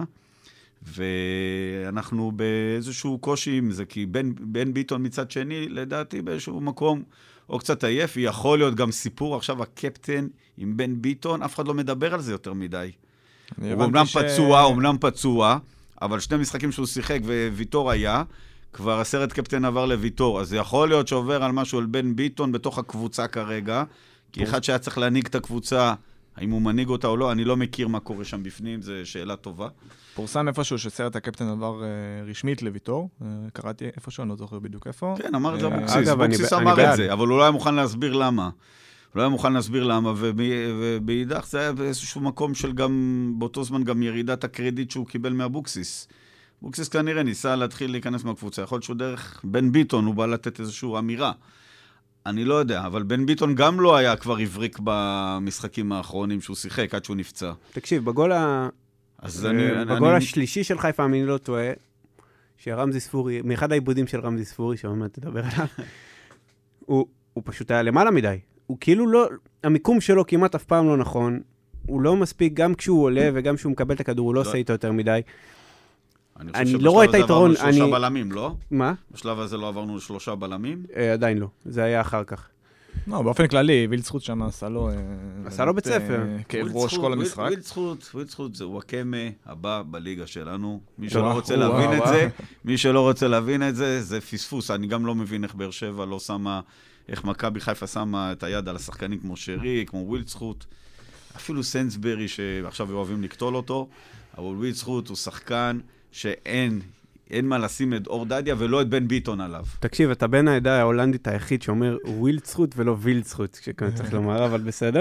ואנחנו באיזשהו קושי עם זה, כי בן, בן ביטון מצד שני, לדעתי באיזשהו מקום, או קצת עייף, יכול להיות גם סיפור, עכשיו הקפטן עם בן ביטון, אף אחד לא מדבר על זה יותר מדי. הוא אומנם ש... פצוע, אומנם פצוע, אבל שני משחקים שהוא שיחק וויטור היה, כבר הסרט קפטן עבר לויטור, אז יכול להיות שעובר על משהו על בן ביטון בתוך הקבוצה כרגע, כי אחד שהיה צריך להנהיג את הקבוצה, האם הוא מנהיג אותה או לא, אני לא מכיר מה קורה שם בפנים, זו שאלה טובה. פורסם איפשהו שסרט הקפטן עבר uh, רשמית לויטור, uh, קראתי איפשהו, אני לא זוכר בדיוק איפה. כן, אמר את זה אבוקסיס, אבוקסיס אמר את זה, אבל הוא לא היה מוכן להסביר למה. הוא לא היה מוכן להסביר למה, ובאידך זה היה באיזשהו מקום של גם, באותו זמן גם ירידת הקרדיט שהוא קיבל מאבוקסיס. אבוקסיס כנראה ניסה להתחיל להיכנס מהקבוצה, יכול להיות שהוא דרך בן ביטון, הוא בא לתת איזושהי אמירה. אני לא יודע, אבל בן ביטון גם לא היה כבר הבריק במשחקים האחרונים שהוא שיחק עד שהוא נפצע. תקשיב, בגול, ה... אני, בגול אני... השלישי של חיפה, אני לא טועה, שרמזי ספורי, מאחד העיבודים של רמזי ספורי, שעומד תדבר עליו, הוא, הוא פשוט היה למעלה מדי. הוא כאילו לא, המיקום שלו כמעט אף פעם לא נכון, הוא לא מספיק, גם כשהוא עולה וגם כשהוא מקבל את הכדור, הוא לא עושה איתו יותר מדי. אני לא רואה את היתרון. בשלב הזה עברנו שלושה בלמים, לא? מה? בשלב הזה לא עברנו שלושה בלמים? עדיין לא, זה היה אחר כך. לא, באופן כללי, וילצחוט שם עשה לו... עשה לו בית ספר. כאב ראש כל המשחק. וילצחוט, וילצחוט זה וואקמה הבא בליגה שלנו. מי שלא רוצה להבין את זה, מי שלא רוצה להבין את זה, זה פספוס. אני גם לא מבין איך באר שבע לא שמה, איך מכבי חיפה שמה את היד על השחקנים כמו שרי, כמו וילצחוט. אפילו סנסברי שעכשיו אוהבים לקטול אותו, אבל וילצחוט הוא שחקן שאין... אין מה לשים את אורדדיה ולא את בן ביטון עליו. תקשיב, אתה בן העדה ההולנדית היחיד שאומר וילצחוט ולא וילצחוט, כשכאן צריך לומר, אבל בסדר.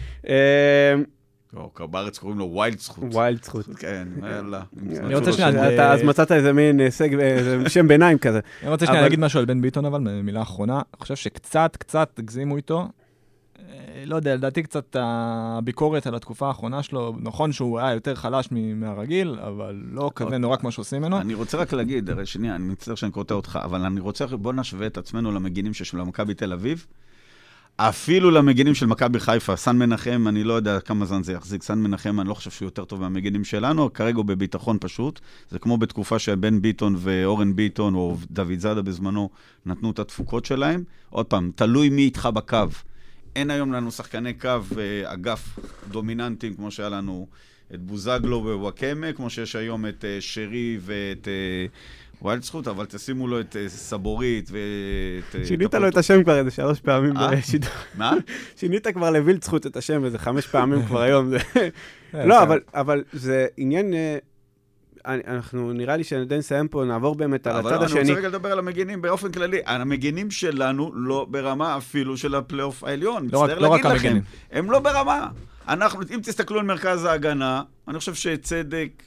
בארץ קוראים לו ויילדצחוט. ויילדצחוט. כן, יאללה. אני רוצה שנייה... אז מצאת איזה מין שם ביניים כזה. אני רוצה שנייה להגיד משהו על בן ביטון, אבל מילה אחרונה. אני חושב שקצת, קצת הגזימו איתו. לא יודע, לדעתי קצת הביקורת על התקופה האחרונה שלו, נכון שהוא היה יותר חלש מהרגיל, אבל לא כזה נורא כמו שעושים ממנו. אני רוצה רק להגיד, הרי שנייה, אני מצטער שאני קוטע אותך, אבל אני רוצה, בוא נשווה את עצמנו למגינים של מכבי תל אביב, אפילו למגינים של מכבי חיפה, סן מנחם, אני לא יודע כמה זמן זה יחזיק, סן מנחם, אני לא חושב שהוא יותר טוב מהמגינים שלנו, כרגע הוא בביטחון פשוט, זה כמו בתקופה שבן ביטון ואורן ביטון, או דוד זאדה בזמנו, נתנו את התפוקות שלהם. עוד פעם, תלוי מי איתך בקו. אין היום לנו שחקני קו אגף דומיננטיים, כמו שהיה לנו את בוזגלו ווואקמה, כמו שיש היום את שרי ואת ויילדצחוט, אבל תשימו לו את סבורית ואת... שינית לו את השם כבר איזה שלוש פעמים בשידור. מה? שינית כבר לווילדצחוט את השם איזה חמש פעמים כבר היום. לא, אבל זה עניין... אנחנו, נראה לי שעדיין נסיים פה, נעבור באמת על הצד השני. אני רוצה רגע לדבר על המגינים באופן כללי. המגינים שלנו לא ברמה אפילו של הפלייאוף העליון. מצטער להגיד לכם. הם לא ברמה. אנחנו, אם תסתכלו על מרכז ההגנה, אני חושב שצדק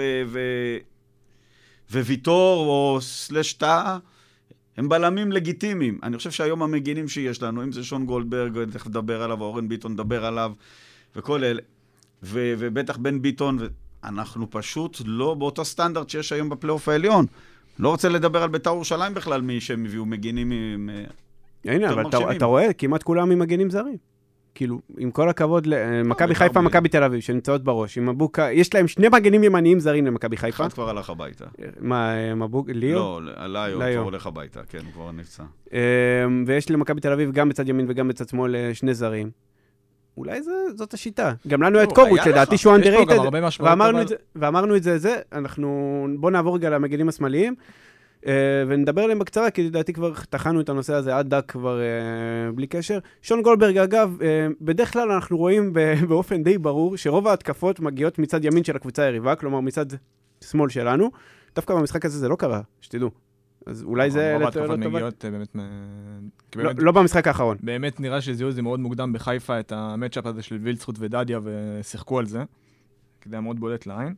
וויטור או סלש טאה, הם בלמים לגיטימיים. אני חושב שהיום המגינים שיש לנו, אם זה שון גולדברג, איך לדבר עליו, אורן ביטון לדבר עליו, וכל אלה, ובטח בן ביטון, אנחנו פשוט לא באותו סטנדרט שיש היום בפלייאוף העליון. לא רוצה לדבר על בית"ר ירושלים בכלל, מי שהם הביאו מגינים עם... הנה, אבל אתה, אתה רואה, כמעט כולם עם מגנים זרים. כאילו, עם כל הכבוד, מכבי חיפה, מכבי תל אביב, שנמצאות בראש, עם מבוקה, יש להם שני מגנים ימניים זרים למכבי חיפה. אחד כבר הלך הביתה. מה, מבוקה, ליאו? לא, ליאו כבר הולך הביתה, כן, הוא כבר נפצע. ויש למכבי תל אביב גם בצד ימין וגם בצד שמאל שני זרים. אולי זאת השיטה. גם לנו את קורות, לדעתי שהוא underrated, ואמרנו את זה, זה, אנחנו, בוא נעבור רגע למגנים השמאליים, ונדבר עליהם בקצרה, כי לדעתי כבר תחנו את הנושא הזה עד דק כבר בלי קשר. שון גולדברג, אגב, בדרך כלל אנחנו רואים באופן די ברור, שרוב ההתקפות מגיעות מצד ימין של הקבוצה היריבה, כלומר מצד שמאל שלנו. דווקא במשחק הזה זה לא קרה, שתדעו. אז אולי זה... רוב ההתקפות מגיעות באמת... לא במשחק האחרון. באמת נראה שזיהו זה מאוד מוקדם בחיפה, את המאצ'אפ הזה של וילצחוט ודדיה, ושיחקו על זה. כדי מאוד בולט לעין.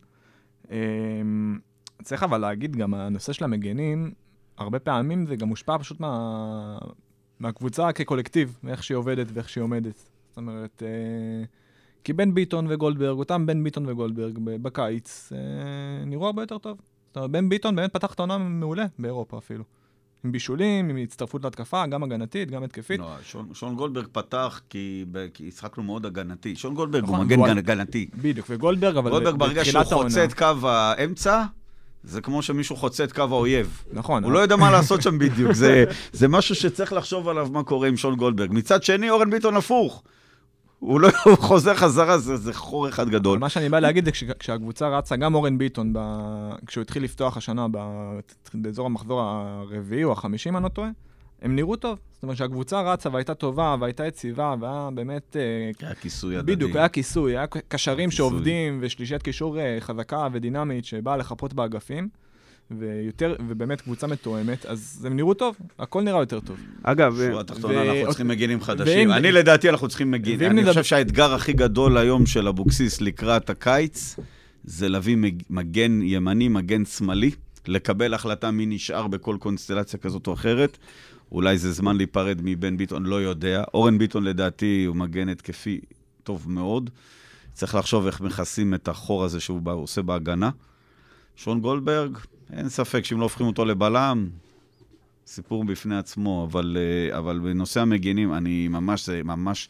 צריך אבל להגיד גם, הנושא של המגנים, הרבה פעמים זה גם מושפע פשוט מה... מהקבוצה כקולקטיב, מאיך שהיא עובדת ואיך שהיא עומדת. זאת אומרת, כי בן ביטון וגולדברג, אותם בן ביטון וגולדברג בקיץ, נראו הרבה יותר טוב. זאת אומרת, בן ביטון באמת פתח את העונה מעולה באירופה אפילו. עם בישולים, עם הצטרפות להתקפה, גם הגנתית, גם התקפית. לא, שון, שון גולדברג פתח כי, כי ישחקנו מאוד הגנתי. שון גולדברג נכון, הוא מגן גול... הגנתי. בדיוק, וגולדברג, אבל גולדברג ברגע שהוא חוצה את קו האמצע, זה כמו שמישהו חוצה את קו האויב. נכון. הוא לא יודע מה לעשות שם בדיוק. זה, זה משהו שצריך לחשוב עליו מה קורה עם שון גולדברג. מצד שני, אורן ביטון הפוך. הוא לא הוא חוזר חזרה, זה, זה חור אחד גדול. מה שאני בא להגיד זה כשהקבוצה רצה, גם אורן ביטון, ב... כשהוא התחיל לפתוח השנה ב... באזור המחזור הרביעי או החמישי, אני לא טועה, הם נראו טוב. זאת אומרת שהקבוצה רצה והייתה טובה והייתה יציבה, והיה באמת... היה כיסוי הדדי. בדיוק, היה כיסוי, היה קשרים שעובדים ושלישיית קישור חזקה ודינמית שבאה לחפות באגפים. ויותר, ובאמת קבוצה מתואמת, אז הם נראו טוב, הכל נראה יותר טוב. אגב, בשורה התחתונה אנחנו צריכים מגינים חדשים. אני לדעתי אנחנו צריכים מגינים. אני חושב שהאתגר הכי גדול היום של אבוקסיס לקראת הקיץ, זה להביא מגן ימני, מגן שמאלי, לקבל החלטה מי נשאר בכל קונסטלציה כזאת או אחרת. אולי זה זמן להיפרד מבן ביטון, לא יודע. אורן ביטון לדעתי הוא מגן התקפי טוב מאוד. צריך לחשוב איך מכסים את החור הזה שהוא עושה בהגנה. שון גולדברג, אין ספק שאם לא הופכים אותו לבלם, סיפור בפני עצמו, אבל, אבל בנושא המגינים, אני ממש, זה ממש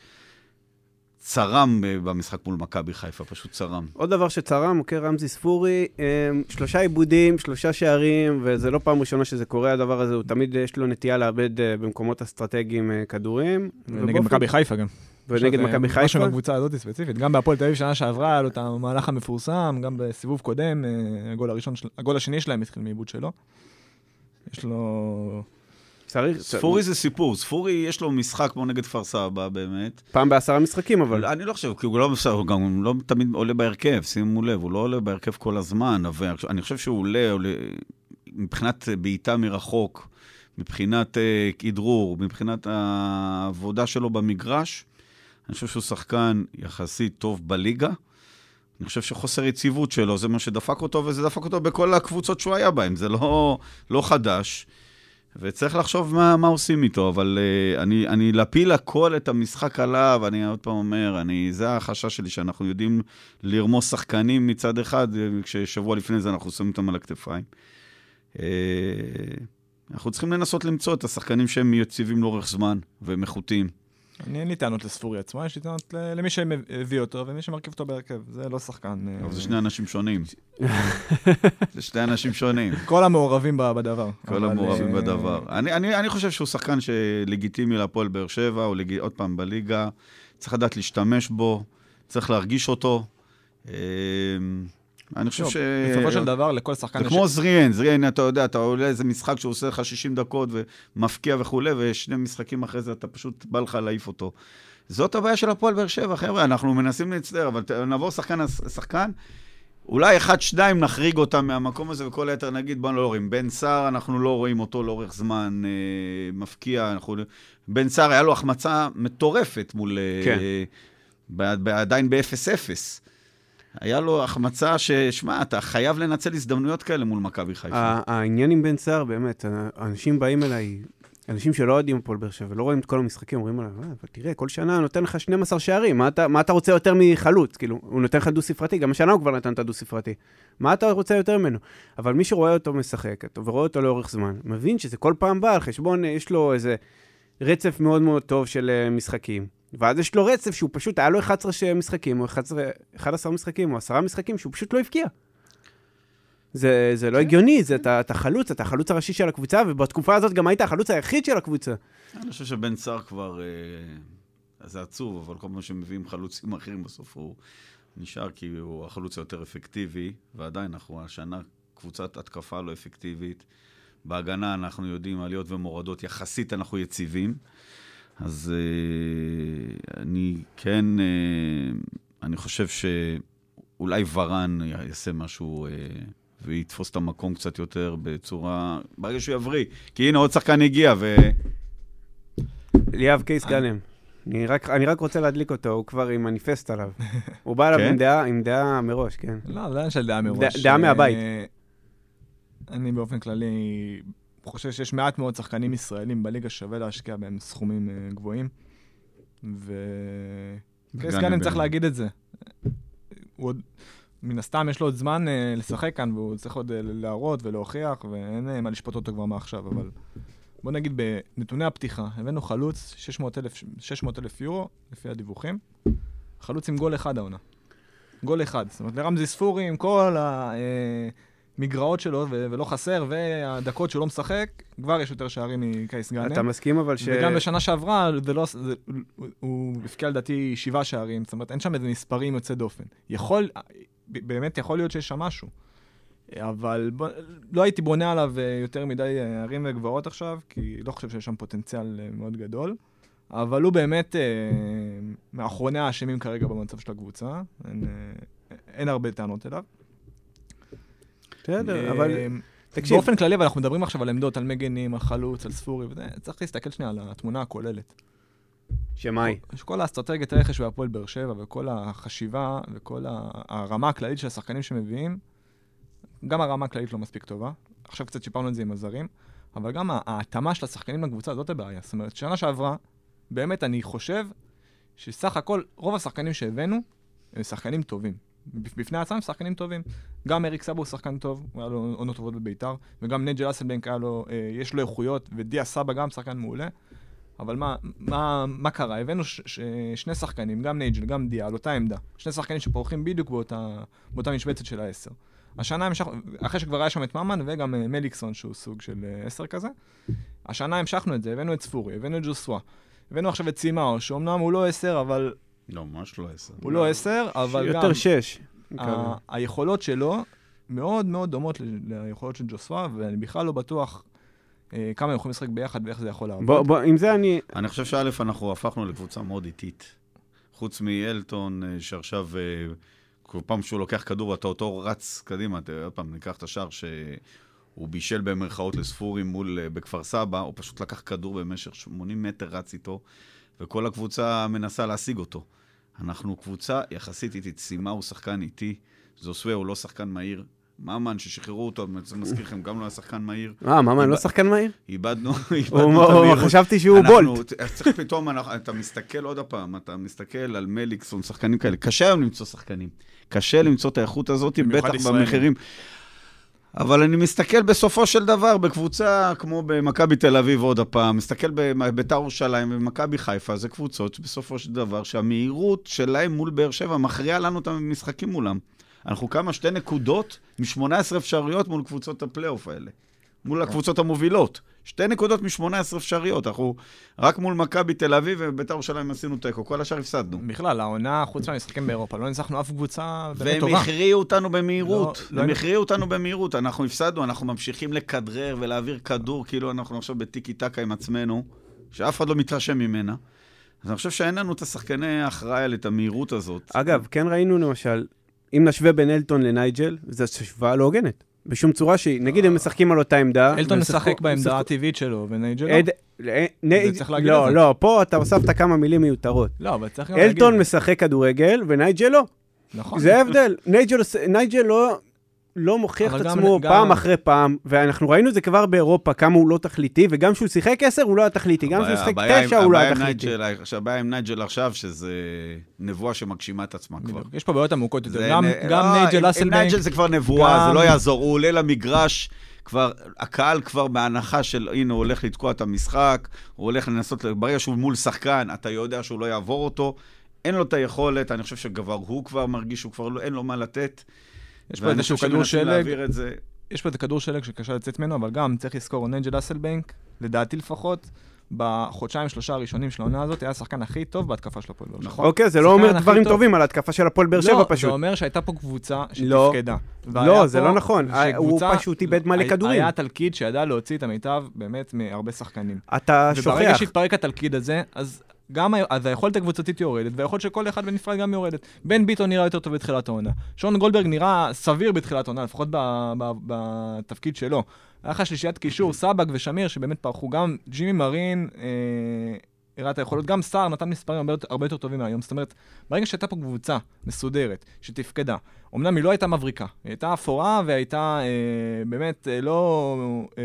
צרם במשחק מול מכבי חיפה, פשוט צרם. עוד דבר שצרם, אוקיי, רמזי ספורי, שלושה עיבודים, שלושה שערים, וזה לא פעם ראשונה שזה קורה, הדבר הזה, הוא תמיד יש לו נטייה לאבד במקומות אסטרטגיים כדורים. ונגד מכבי חיפה גם. ונגד מכבי חיפה. משהו בקבוצה הזאת ספציפית. גם בהפועל תל אביב שנה שעברה, היה לו את המהלך המפורסם, גם בסיבוב קודם, הגול הראשון, הגול השני שלהם התחיל מעיבוד שלו. יש לו... ספורי זה סיפור. ספורי יש לו משחק כמו נגד כפר סבא, באמת. פעם בעשרה משחקים, אבל... אני לא חושב, כי הוא לא, הוא גם לא תמיד עולה בהרכב, שימו לב, הוא לא עולה בהרכב כל הזמן, אבל אני חושב שהוא עולה, עולה מבחינת בעיטה מרחוק, מבחינת כדרור, מבחינת העבודה שלו במגרש, אני חושב שהוא שחקן יחסית טוב בליגה. אני חושב שחוסר יציבות שלו, זה מה שדפק אותו, וזה דפק אותו בכל הקבוצות שהוא היה בהם. זה לא, לא חדש, וצריך לחשוב מה, מה עושים איתו, אבל uh, אני, אני לפיל הכל את המשחק עליו, אני עוד פעם אומר, אני, זה החשש שלי, שאנחנו יודעים לרמוס שחקנים מצד אחד, כששבוע לפני זה אנחנו שמים אותם על הכתפיים. Uh, אנחנו צריכים לנסות למצוא את השחקנים שהם יציבים לאורך זמן, והם איכותיים. אני אין לי טענות לספורי עצמו, יש לי טענות למי שהביא אותו, ומי שמרכיב אותו בהרכב. זה לא שחקן. אבל זה שני אנשים שונים. זה שני אנשים שונים. כל המעורבים בדבר. כל המעורבים בדבר. אני חושב שהוא שחקן שלגיטימי להפועל באר שבע, או עוד פעם בליגה. צריך לדעת להשתמש בו, צריך להרגיש אותו. אני חושב ש... בסופו של דבר, לכל שחקן... זה כמו זריאן, זריאן, אתה יודע, אתה עולה איזה משחק שהוא עושה לך שישים דקות ומפקיע וכו', ושני משחקים אחרי זה אתה פשוט בא לך להעיף אותו. זאת הבעיה של הפועל באר שבע, חבר'ה, אנחנו מנסים להצטער, אבל נעבור שחקן שחקן, אולי אחד, שניים נחריג אותם מהמקום הזה, וכל היתר נגיד, בוא לא רואים. בן סער, אנחנו לא רואים אותו לאורך זמן, אה, מפקיע, אנחנו... בן סער היה לו החמצה מטורפת מול... כן. אה, עדיין ב-אפס אפס. היה לו החמצה ששמע, אתה חייב לנצל הזדמנויות כאלה מול מכבי חיפה. העניין עם בן סער, באמת, אנשים באים אליי, אנשים שלא יודעים הפועל באר שבע ולא רואים את כל המשחקים, אומרים עליו, אבל תראה, כל שנה נותן לך שנים עשר שערים, מה אתה, מה אתה רוצה יותר מחלוץ? כאילו, הוא נותן לך דו-ספרתי, גם השנה הוא כבר נתן את הדו-ספרתי. מה אתה רוצה יותר ממנו? אבל מי שרואה אותו משחק, ורואה אותו לאורך זמן, מבין שזה כל פעם בא על חשבון, יש לו איזה רצף מאוד מאוד טוב של משחקים. ואז יש לו רצף שהוא פשוט, היה לו אחד עשר משחקים, או אחד עשר משחקים, או עשרה משחקים, שהוא פשוט לא הבקיע. זה, זה לא הגיוני, זה אתה, אתה חלוץ, אתה החלוץ הראשי של הקבוצה, ובתקופה הזאת גם היית החלוץ היחיד של הקבוצה. אני חושב שבן סער כבר, אה, זה עצוב, אבל כל מה שמביאים חלוצים אחרים בסוף הוא נשאר כי הוא החלוץ היותר אפקטיבי, ועדיין אנחנו השנה קבוצת התקפה לא אפקטיבית. בהגנה אנחנו יודעים עליות ומורדות, יחסית אנחנו יציבים. אז אה, אני כן, אה, אני חושב שאולי ורן יעשה משהו... אה, ויתפוס את המקום קצת יותר בצורה... ברגע שהוא יבריא. כי הנה עוד שחקן הגיע ו... ליאב קייס גלם. אני רק, אני רק רוצה להדליק אותו, הוא כבר עם מניפסט עליו. הוא בא עליו עם דעה, עם דעה מראש, כן. לא, זה אין של דעה מראש. דעה מהבית. אני באופן כללי חושב שיש מעט מאוד שחקנים ישראלים בליגה שווה להשקיע בהם סכומים גבוהים. ו... קייס גלם צריך להגיד את זה. הוא עוד... מן הסתם יש לו עוד זמן uh, לשחק כאן, והוא צריך עוד uh, להראות ולהוכיח, ואין uh, מה לשפוט אותו כבר מעכשיו, אבל בוא נגיד בנתוני הפתיחה, הבאנו חלוץ שש מאות אלף יורו, לפי הדיווחים, חלוץ עם גול אחד העונה. גול אחד. זאת אומרת, לרמזי ספורי עם כל המגרעות שלו, ו- ולא חסר, והדקות שהוא לא משחק, כבר יש יותר שערים מקייס גאנם. אתה מסכים אבל ש... וגם בשנה שעברה, ולא, זה, הוא הפקיע לדעתי שבעה שערים, זאת אומרת, אין שם איזה מספרים יוצא דופן. יכול... באמת יכול להיות שיש שם משהו. אבל ב... לא הייתי בונה עליו יותר מדי ערים וגבעות עכשיו, כי לא חושב שיש שם פוטנציאל מאוד גדול. אבל הוא באמת אה, מאחרוני האשמים כרגע במצב של הקבוצה. אין, אה, אין הרבה טענות אליו. בסדר, אבל... תקשיב. באופן כללי, אבל אנחנו מדברים עכשיו על עמדות, על מגנים, על חלוץ, על ספורי, וזה, צריך להסתכל שנייה על התמונה הכוללת. שמאי? כל האסטרטגיית רכש והפועל באר שבע, וכל החשיבה, וכל הרמה הכללית של השחקנים שמביאים, גם הרמה הכללית לא מספיק טובה. עכשיו קצת שיפרנו את זה עם הזרים, אבל גם ההתאמה של השחקנים לקבוצה, זאת הבעיה. זאת אומרת, שנה שעברה, באמת אני חושב שסך הכל, רוב השחקנים שהבאנו, הם שחקנים טובים. בפני עצמם שחקנים טובים. גם אריק סבא הוא שחקן טוב, הוא היה לו עונות טובות בביתר, וגם נג'ל אסלבנק היה לו, יש לו איכויות, ודיה סבא גם שחקן מעולה. אבל מה, מה, מה קרה? הבאנו ש, ש, שני שחקנים, גם נייג'ל, גם דיה, על אותה עמדה. שני שחקנים שפורחים בדיוק באותה, באותה משבצת של העשר. השנה המשך, אחרי שכבר היה שם את ממן וגם מליקסון, שהוא סוג של עשר כזה, השנה המשכנו את זה, הבאנו את ספורי, הבאנו את ג'וסווה, הבאנו עכשיו את צימאו, שאומנם הוא לא עשר, אבל... לא, ממש לא עשר. הוא לא עשר, אבל גם... יותר שש. ה- היכולות שלו מאוד מאוד דומות ליכולות של ג'וסווה, ואני בכלל לא בטוח... כמה הם יכולים לשחק ביחד ואיך זה יכול לעבוד. בוא, בוא, עם זה אני... אני חושב שא' אנחנו הפכנו לקבוצה מאוד איטית. חוץ מאלטון, שעכשיו, כל פעם שהוא לוקח כדור, אתה אותו רץ קדימה, עוד פעם ניקח את השער שהוא בישל במרכאות לספורי מול בכפר סבא, הוא פשוט לקח כדור במשך שמונים מטר רץ איתו, וכל הקבוצה מנסה להשיג אותו. אנחנו קבוצה יחסית איטית, סימה הוא שחקן איטי, זוסווה הוא לא שחקן מהיר, ממן ששחררו אותו, אני מזכיר לכם, גם לא היה שחקן מהיר. אה, ממן לא שחקן מהיר? איבדנו, איבדנו. חשבתי שהוא בולט. צריך פתאום, אתה מסתכל עוד הפעם, אתה מסתכל על מליקסון, שחקנים כאלה. קשה היום למצוא שחקנים. קשה למצוא את האיכות הזאת, בטח במחירים. אבל אני מסתכל בסופו של דבר, בקבוצה כמו במכבי תל אביב עוד הפעם, מסתכל בבית"ר ירושלים ובמכבי חיפה, זה קבוצות בסופו של דבר, שהמהירות שלהם מול באר שבע מכריעה לנו את המשחקים מולם. אנחנו כמה שתי נקודות מ-שמונה עשרה אפשריות מול קבוצות הפלייאוף האלה. מול הקבוצות המובילות. שתי נקודות מ-שמונה עשרה אפשריות. אנחנו רק מול מכבי תל אביב ובית"ר ירושלים עשינו תיקו. כל השאר הפסדנו. בכלל, העונה חוץ מהמשחקים באירופה. לא ניצחנו אף קבוצה באמת טובה. והם הכריעו אותנו במהירות. הם הכריעו אותנו במהירות. אנחנו הפסדנו, אנחנו ממשיכים לכדרר ולהעביר כדור, כאילו אנחנו עכשיו בטיקי טקה עם עצמנו, שאף אחד לא מתרשם ממנה. אז אני חושב שאין לנו את השחקני האחראי על את המהירות הזאת. אגב, כן ראינו למשל אם נשווה בין אלטון לנייג'ל, זו השוואה לא הוגנת. בשום צורה שהיא, נגיד הם משחקים על אותה עמדה. אלטון משחק בעמדה הטבעית שלו, ונייג'ל לא. לא, לא, פה אתה הוספת כמה מילים מיותרות. לא, אבל צריך גם להגיד. אלטון משחק כדורגל, ונייג'ל לא. נכון. זה ההבדל. נייג'ל לא, לא מוכיח את עצמו פעם אחרי פעם, ואנחנו ראינו את זה כבר באירופה, כמה הוא לא תכליתי, וגם כשהוא שיחק עשר הוא לא היה תכליתי, גם כשהוא שיחק תשע הוא לא היה תכליתי. הבעיה עם נייג'ל עכשיו, שזה נבואה שמגשימה את עצמה כבר. יש פה בעיות עמוקות יותר, גם נייג'ל אסלבנק. נייג'ל זה כבר נבואה, זה לא יעזור, הוא עולה למגרש, כבר, הקהל כבר בהנחה של, הנה, הוא הולך לתקוע את המשחק, הוא הולך לנסות, ברגע שהוא מול שחקן, אתה יודע שהוא לא יעבור אותו, אין לו את היכולת, אני חושב שכבר הוא כבר מרגיש שהוא כבר אין לו מה לתת. יש פה איזשהו כדור שלג, יש פה את הכדור שלג שקשה לצאת ממנו, אבל גם צריך לזכור, נייג'ל אסלבנק, לדעתי לפחות, בחודשיים שלושה הראשונים של העונה הזאת, היה השחקן הכי טוב בהתקפה של הפועל באר שבע. אוקיי, זה לא אומר דברים טובים על ההתקפה של הפועל באר שבע פשוט. לא, זה אומר שהייתה פה קבוצה שתפקדה. לא, זה לא נכון. הוא פשוט איבד מלא כדורים. היה תלכיד שידע להוציא את המיטב באמת מהרבה שחקנים. אתה שוכח. וברגע שהתפרק התלכיד הזה, אז גם אז היכולת הקבוצתית יורדת, והיכולת שכל אחד בנפרד גם יורדת. בן ביטון נראה יותר טוב בתחילת העונה. שון גולדברג נראה סביר בתחילת העונה, לפחות בתפקיד שלו. היה לך שלישיית קישור, סבק ושמיר, שבאמת פרחו גם ג'ימי מרין, הראה את היכולות, גם סער נתן מספרים הרבה, הרבה יותר טובים מהיום. זאת אומרת, ברגע שהייתה פה קבוצה מסודרת, שתפקדה, אמנם היא לא הייתה מבריקה, היא הייתה אפורה והייתה אה, באמת אה, לא, אה,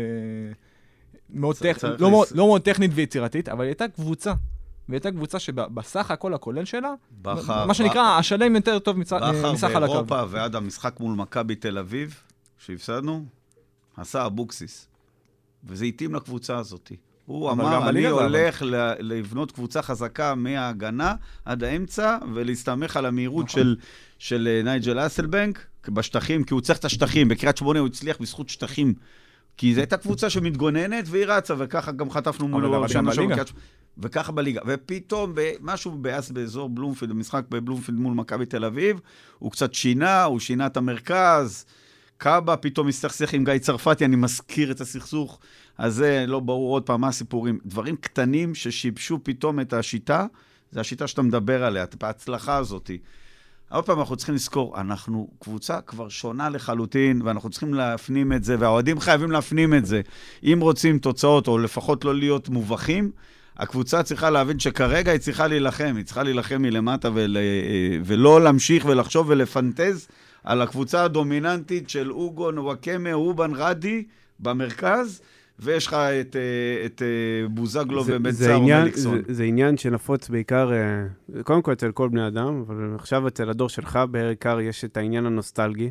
מאוד טכ... לא, מאוד, לא מאוד טכנית ויצירתית, אבל היא הייתה קבוצה. והייתה קבוצה שבסך הכל הכולל שלה, בחר, מה שנקרא, בחר, השלם יותר טוב מצ... מסך על הקו. באירופה ועד המשחק מול מכבי תל אביב, שהפסדנו, עשה אבוקסיס. וזה התאים לקבוצה הזאת. הוא אמר, אני הולך ל- לבנות קבוצה חזקה מההגנה עד האמצע, ולהסתמך על המהירות נכון. של, של נייג'ל אסלבנק, בשטחים, כי הוא צריך את השטחים. בקריית שמונה הוא הצליח בזכות שטחים. כי זו הייתה קבוצה שמתגוננת והיא רצה, וככה גם חטפנו מולו שנה שם בקריית שמונה. וככה בליגה. ופתאום משהו באס באזור בלומפילד, במשחק בבלומפילד מול מכבי תל אביב, הוא קצת שינה, הוא שינה את המרכז, קאבה פתאום מסתכסך עם גיא צרפתי, אני מזכיר את הסכסוך הזה, לא ברור עוד פעם מה הסיפורים. דברים קטנים ששיבשו פתאום את השיטה, זה השיטה שאתה מדבר עליה, בהצלחה הזאת. עוד פעם אנחנו צריכים לזכור, אנחנו קבוצה כבר שונה לחלוטין, ואנחנו צריכים להפנים את זה, והאוהדים חייבים להפנים את זה. אם רוצים תוצאות, או לפחות לא להיות מובכים, הקבוצה צריכה להבין שכרגע היא צריכה להילחם, היא צריכה להילחם מלמטה ול... ולא להמשיך ולחשוב ולפנטז על הקבוצה הדומיננטית של אוגון, וואקמה, אובן, רדי במרכז, ויש לך את, את בוזגלו ובן צער ומליקסון. זה, זה עניין שנפוץ בעיקר, קודם כל אצל כל בני אדם, אבל עכשיו אצל הדור שלך בעיקר יש את העניין הנוסטלגי.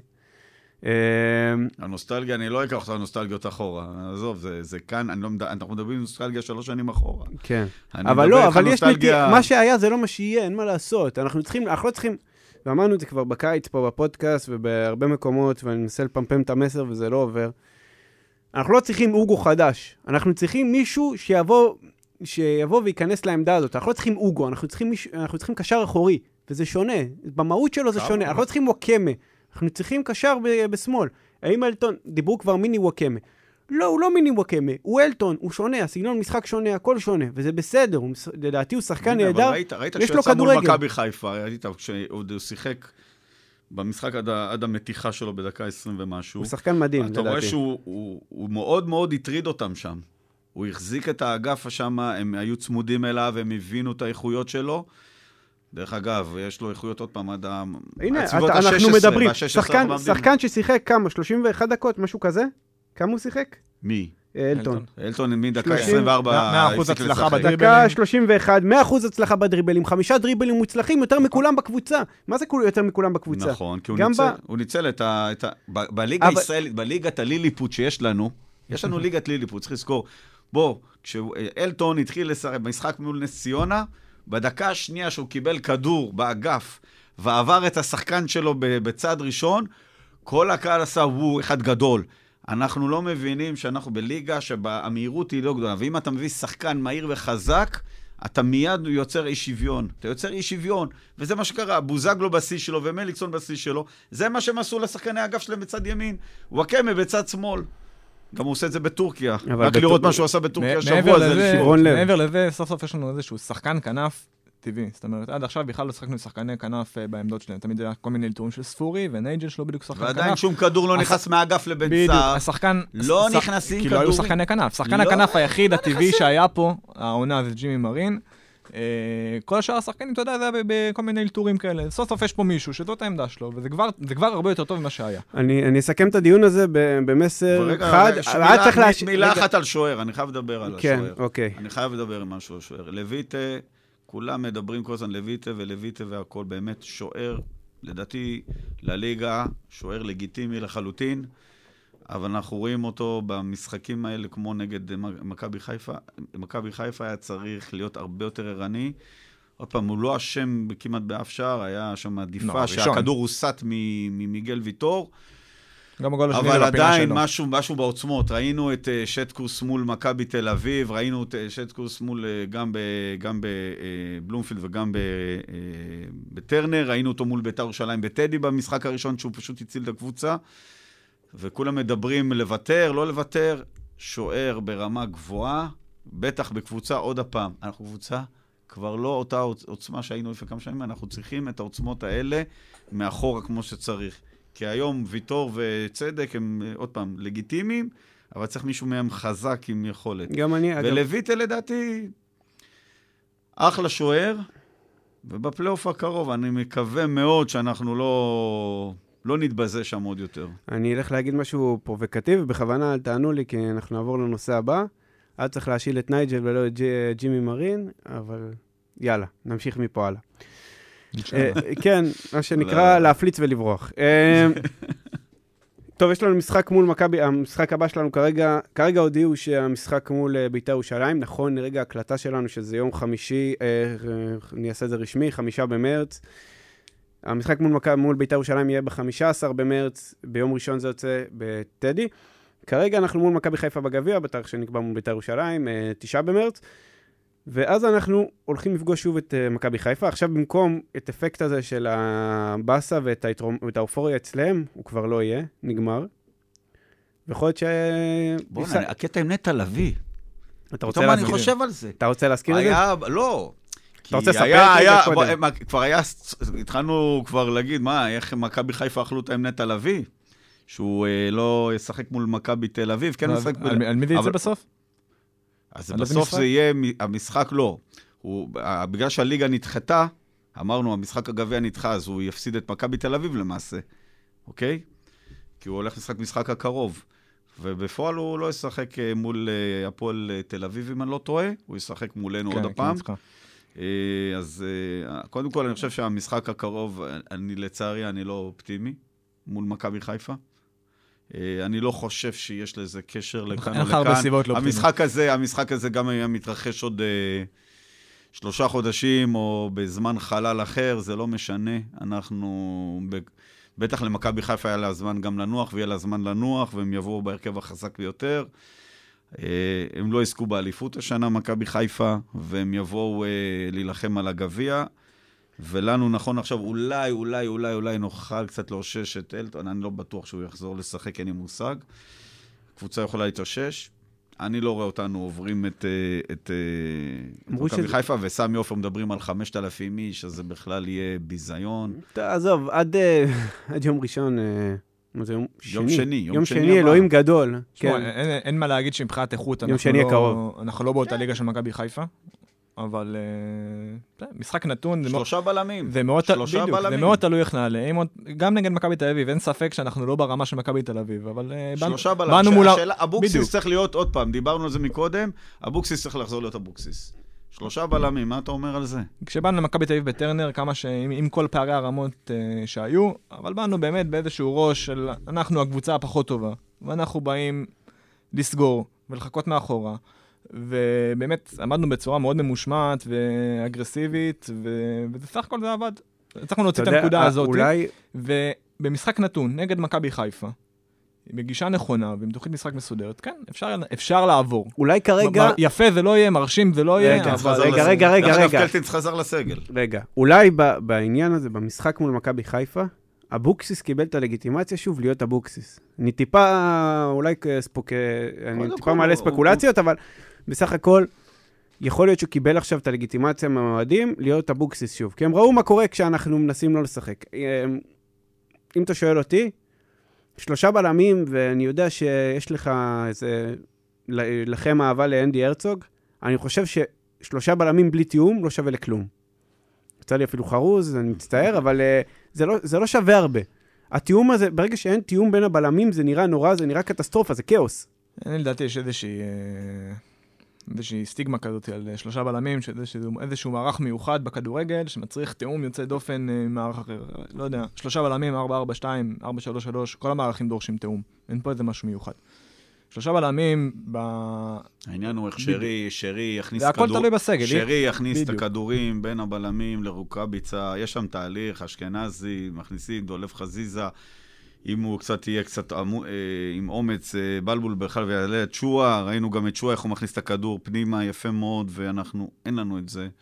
הנוסטלגיה, אני לא אקח את הנוסטלגיות אחורה, עזוב, זה, זה כאן, אני לא מדבר, אנחנו מדברים נוסטלגיה שלוש שנים אחורה. כן, אבל לא, אבל יש נתי, מה שהיה זה לא מה שיהיה, אין מה לעשות, אנחנו צריכים, אנחנו לא צריכים, ואמרנו את זה כבר בקיץ פה בפודקאסט ובהרבה מקומות, ואני מנסה לפמפם את המסר וזה לא עובר, אנחנו לא צריכים אוגו חדש, אנחנו צריכים מישהו שיבוא, שיבוא וייכנס לעמדה הזאת, אנחנו לא צריכים אוגו, אנחנו צריכים, מישהו, אנחנו צריכים קשר אחורי, וזה שונה, במהות שלו זה שונה, אנחנו לא צריכים וואקמה, אנחנו צריכים קשר ב- בשמאל. האם אלטון, דיברו כבר מיני וואקמה. לא, הוא לא מיני וואקמה, הוא אלטון, הוא שונה, הסגנון משחק שונה, הכל שונה, וזה בסדר, הוא, לדעתי הוא שחקן נהדר, יש לו כדורגל. ראית מכבי חיפה, ראית כשהוא שיחק במשחק עד, עד המתיחה שלו בדקה עשרים ומשהו. הוא שחקן מדהים, לדעתי. אתה רואה שהוא הוא, הוא מאוד מאוד הטריד אותם שם. הוא החזיק את האגף שם, הם היו צמודים אליו, הם הבינו את האיכויות שלו, דרך אגב, יש לו איכויות עוד פעם עד הצביבות ה-שש עשרה. אנחנו מדברים, שחקן, שחקן ששיחק כמה? שלושים ואחת דקות, משהו כזה? כמה הוא שיחק? מי? אלטון. אלטון מדקה עשרים וארבע. מאה אחוז הצלחה בדריבלים. דקה שלושים ואחת, מאה אחוז הצלחה בדריבלים, חמישה דריבלים מוצלחים, יותר מכולם בקבוצה. מה זה יותר מכולם בקבוצה? נכון, כי הוא ניצל את ה... בליגה הישראלית, בליגת הליליפוט שיש לנו, יש לנו ליגת ליליפוט, צריך לזכור. בוא, כשאלטון התחיל במשחק מול נס ציונה, בדקה השנייה שהוא קיבל כדור באגף, ועבר את השחקן שלו בצד ראשון, כל הקהל עשה וואו, אחד גדול. אנחנו לא מבינים שאנחנו בליגה שבה המהירות היא לא גדולה, ואם אתה מביא שחקן מהיר וחזק, אתה מיד יוצר אי שוויון. אתה יוצר אי שוויון, וזה מה שקרה. בוזגלו בשיא שלו ומליקסון בשיא שלו, זה מה שהם עשו לשחקני האגף שלהם בצד ימין. וואקמה בצד שמאל. גם הוא עושה את זה בטורקיה. רק לראות מה שהוא עשה בטורקיה שבוע, זה לשברון לב. מעבר לזה, סוף סוף יש לנו איזשהו שחקן כנף טבעי. זאת אומרת, עד עכשיו בכלל לא שחקנו שחקני כנף בעמדות שלהם. תמיד היה כל מיני אלתורים של ספורי, ונייג'ל שלו בדיוק שחקן כנף. ועדיין שום כדור לא נכנס מהאגף לבן סער. השחקן... לא נכנסים כדורים. כי לא היו שחקני כנף. שחקן הכנף היחיד הטבעי שהיה פה, העונה זה ג'ימי מרין. כל השאר השחקנים, אתה יודע, זה היה בכל מיני אלתורים כאלה. סוף סוף יש פה מישהו שזאת העמדה שלו, וזה כבר, זה כבר הרבה יותר טוב ממה שהיה. אני, אני אסכם את הדיון הזה במסר חד. מילה אחת על שוער, אני חייב לדבר על השוער. כן, אוקיי. אני חייב לדבר עם משהו על שוער. לויטה, כולם מדברים כל הזמן לויטה ולויטה והכל, באמת שוער, לדעתי, לליגה, שוער לגיטימי לחלוטין, אבל אנחנו רואים אותו במשחקים האלה כמו נגד מכבי חיפה. מכבי חיפה היה צריך להיות הרבה יותר ערני. עוד פעם, הוא לא אשם כמעט באף שער, היה שם עדיפה שהכדור הוסט ממיגל ויטור. אבל עדיין משהו, משהו בעוצמות. ראינו את שטקוס מול מכבי תל אביב, ראינו את שטקוס מול גם, ב, גם בבלומפילד וגם ב, בטרנר, ראינו אותו מול בית"ר ירושלים בטדי במשחק הראשון, שהוא פשוט הציל את הקבוצה. וכולם מדברים לוותר, לא לוותר, שוער ברמה גבוהה, בטח בקבוצה עוד הפעם. אנחנו קבוצה כבר לא אותה עוצמה שהיינו לפני כמה שנים, אנחנו צריכים את העוצמות האלה מאחורה כמו שצריך. כי היום ויטור וצדק הם עוד פעם לגיטימיים, אבל צריך מישהו מהם חזק עם יכולת. גם אני, אגב... ולויטה לדעתי, אחלה שוער, ובפלייאוף הקרוב אני מקווה מאוד שאנחנו לא... לא נתבזה שם עוד יותר. אני אלך להגיד משהו פרובוקטיבי, בכוונה אל תענו לי, כי אנחנו נעבור לנושא הבא. אז צריך להשיל את נייג'ל ולא את ג'ימי מרין, אבל יאללה, נמשיך מפה הלאה. כן, מה שנקרא להפליץ ולברוח. טוב, יש לנו משחק מול מכבי, המשחק הבא שלנו כרגע, כרגע הודיעו שהמשחק מול בית"ר ירושלים, נכון, לרגע ההקלטה שלנו שזה יום חמישי, אני אעשה את זה רשמי, חמישה במרץ, המשחק מול, מול בית"ר ירושלים יהיה ב-חמישה עשר במרץ, ביום ראשון זה יוצא בטדי. כרגע אנחנו מול מכבי חיפה בגביע, בתאריך שנקבע מול בית"ר ירושלים, תשעה במרץ, ואז אנחנו הולכים לפגוש שוב את מכבי חיפה. עכשיו במקום את אפקט הזה של הבאסה ואת, היתרום, ואת האופוריה אצלם, הוא כבר לא יהיה, נגמר. ויכול להיות ש... בואו, יפס... הקטע עם נטע לביא. אתה רוצה להזכיר? אני חושב על זה. אתה רוצה להזכיר היה... את זה? לא. אתה רוצה לספר את זה קודם? כבר היה, התחלנו כבר להגיד, מה, איך מכבי חיפה אכלו את עם נטע לביא? שהוא לא ישחק מול מכבי תל אביב, כן משחק... על מי זה יצא בסוף? אז בסוף זה יהיה, המשחק לא. בגלל שהליגה נדחתה, אמרנו, המשחק הגביע נדחה, אז הוא יפסיד את מכבי תל אביב למעשה, אוקיי? כי הוא הולך לשחק משחק הקרוב. ובפועל הוא לא ישחק מול הפועל תל אביב, אם אני לא טועה, הוא ישחק מולנו עוד הפעם. אז קודם כל, אני חושב שהמשחק הקרוב, אני לצערי, אני לא אופטימי, מול מכבי חיפה. אני לא חושב שיש לזה קשר לכאן או לכאן. אין לך הרבה סיבות לא אופטימי. המשחק הזה, המשחק הזה גם היה מתרחש עוד שלושה חודשים, או בזמן חלל אחר, זה לא משנה. אנחנו, בטח למכבי חיפה היה לה זמן גם לנוח, ויהיה לה זמן לנוח, והם יבואו בהרכב החזק ביותר. הם לא עסקו באליפות השנה, מכבי חיפה, והם יבואו להילחם על הגביע. ולנו נכון עכשיו, אולי, אולי, אולי, אולי נוכל קצת להושש את אלטון, אני לא בטוח שהוא יחזור לשחק, אין לי מושג. קבוצה יכולה להתאושש. אני לא רואה אותנו עוברים את, את, את מכבי חיפה, וסמי עופר מדברים על חמשת אלפים איש, אז זה בכלל יהיה ביזיון. עזוב, עד, עד יום ראשון, זה יום שני. יום שני, יום שני, אלוהים גדול. אין, אין מה להגיד שמבחינת איכות, יום שני הקרוב. אנחנו לא באותה ליגה של מכבי חיפה. אבל משחק נתון, שלושה בלמים, זה מאוד תלוי איך נעלה. גם נגד מכבי תל אביב, אין ספק שאנחנו לא ברמה של מכבי תל אביב, אבל שלושה בלמים. אבוקסיס צריך להיות עוד פעם, דיברנו על זה מקודם, אבוקסיס צריך לחזור להיות אבוקסיס. שלושה בלמים, מה אתה אומר על זה? כשבאנו למכבי תל אביב בטרנר, כמה שעם כל פערי הרמות שהיו, אבל באנו באמת באיזשהו ראש של אנחנו הקבוצה הפחות טובה, ואנחנו באים לסגור ולחכות מאחורה. ובאמת עמדנו בצורה מאוד ממושמעת ואגרסיבית, וזה סך הכל זה עבד. צריכנו להוציא את הנקודה הזאת. ובמשחק נתון, נגד מכבי חיפה, בגישה נכונה, ועם תוכנית משחק מסודרת, כן, אפשר לעבור. אולי כרגע... יפה זה לא יהיה, מרשים זה לא יהיה. רגע, רגע, רגע, רגע. קלטינס חזר לסגל. רגע, אולי בעניין הזה, במשחק מול מכבי חיפה, אבוקסיס קיבל את הלגיטימציה שוב להיות אבוקסיס. אני טיפה, אולי ספוק... אני טיפה מעלה ספקולציות, אבל... בסך הכל, יכול להיות שהוא קיבל עכשיו את הלגיטימציה מהמועדים להיות אבוקסיס שוב. כי הם ראו מה קורה כשאנחנו מנסים לא לשחק. אם אתה שואל אותי, שלושה בלמים, ואני יודע שיש לך איזה, לכם אהבה לאנדי הרצוג, אני חושב שלושה בלמים בלי תיאום לא שווה לכלום. יצא לי אפילו חרוז, אני מצטער, אבל זה לא, זה לא שווה הרבה. התיאום הזה, ברגע שאין תיאום בין הבלמים, זה נראה נורא, זה נראה קטסטרופה, זה כאוס. אני לדעתי יש איזושהי, איזושהי סטיגמה כזאת על שלושה בלמים, איזשהו מערך מיוחד בכדורגל, שמצריך תיאום יוצא דופן מערך אחר. לא יודע, שלושה בלמים, ארבע ארבע שתיים, ארבע שלוש שלוש, כל המערכים דורשים תיאום. אין פה איזה משהו מיוחד. שלושה בלמים ב... העניין הוא איך שרי, שרי יכניס כדור... והכל תלוי בסגל. שרי יכניס את הכדורים בין הבלמים לרוקאביצה, יש שם תהליך, אשכנזי, מכניסים, דולף חזיזה, אם הוא קצת יהיה קצת עם אומץ, בלבול בכלל ויעלה את שואה, ראינו גם את שואה, איך הוא מכניס את הכדור פנימה, יפה מאוד, ואנחנו, אין לנו את זה.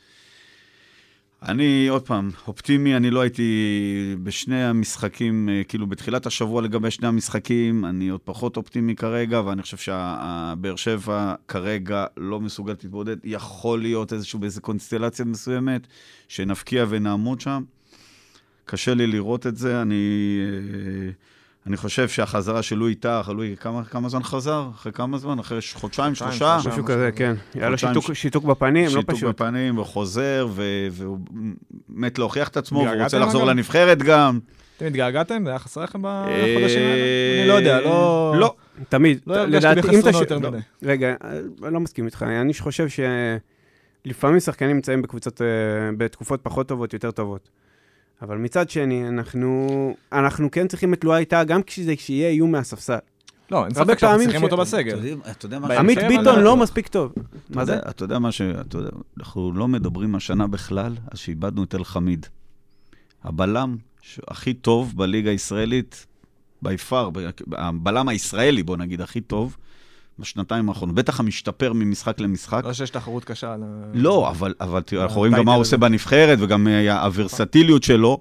אני, עוד פעם, אופטימי, אני לא הייתי בשני המשחקים, כאילו בתחילת השבוע לגבי שני המשחקים, אני עוד פחות אופטימי כרגע, ואני חושב שהבאר שבע כרגע לא מסוגלת להתמודד, יכול להיות איזשהו באיזו קונסטלציה מסוימת, שנפקיע ונעמוד שם. קשה לי לראות את זה, אני... אני חושב שהחזרה של לואי טח, לואי, כמה, כמה זמן חזר? אחרי כמה זמן? אחרי חודשיים, שלושה? משהו כזה, כן. היה לו שיתוק, שיתוק בפנים, לא פשוט. שיתוק בפנים, וחוזר, והוא מת להוכיח את עצמו, והוא רוצה לחזור לנבחרת גם. אתם התגעגעתם? זה היה חסר לכם בחודשים האלה? אני לא יודע, לא... לא, תמיד. לא הרגשתי בחסרונו יותר מדי. רגע, אני לא מסכים איתך. אני חושב שלפעמים שחקנים נמצאים בקבוצות, בתקופות פחות טובות, יותר טובות. אבל מצד שני, אנחנו, אנחנו כן צריכים את לואי טאה, גם כשזה כשיהיה איום מהספסל. לא, אין ספק שאנחנו צריכים אותו בסגל. עמית ביטון לא מספיק טוב. מה זה? אתה יודע מה ש... אנחנו לא מדברים השנה בכלל, אז שאיבדנו את אל חמיד. הבלם הכי טוב בליגה הישראלית, ביפר, הבלם הישראלי, בוא נגיד, הכי טוב, בשנתיים האחרונות. בטח המשתפר ממשחק למשחק. לא שיש תחרות קשה על... לא, אבל, אבל אנחנו רואים גם מה הוא עושה בנבחרת, וגם הוורסטיליות שלו,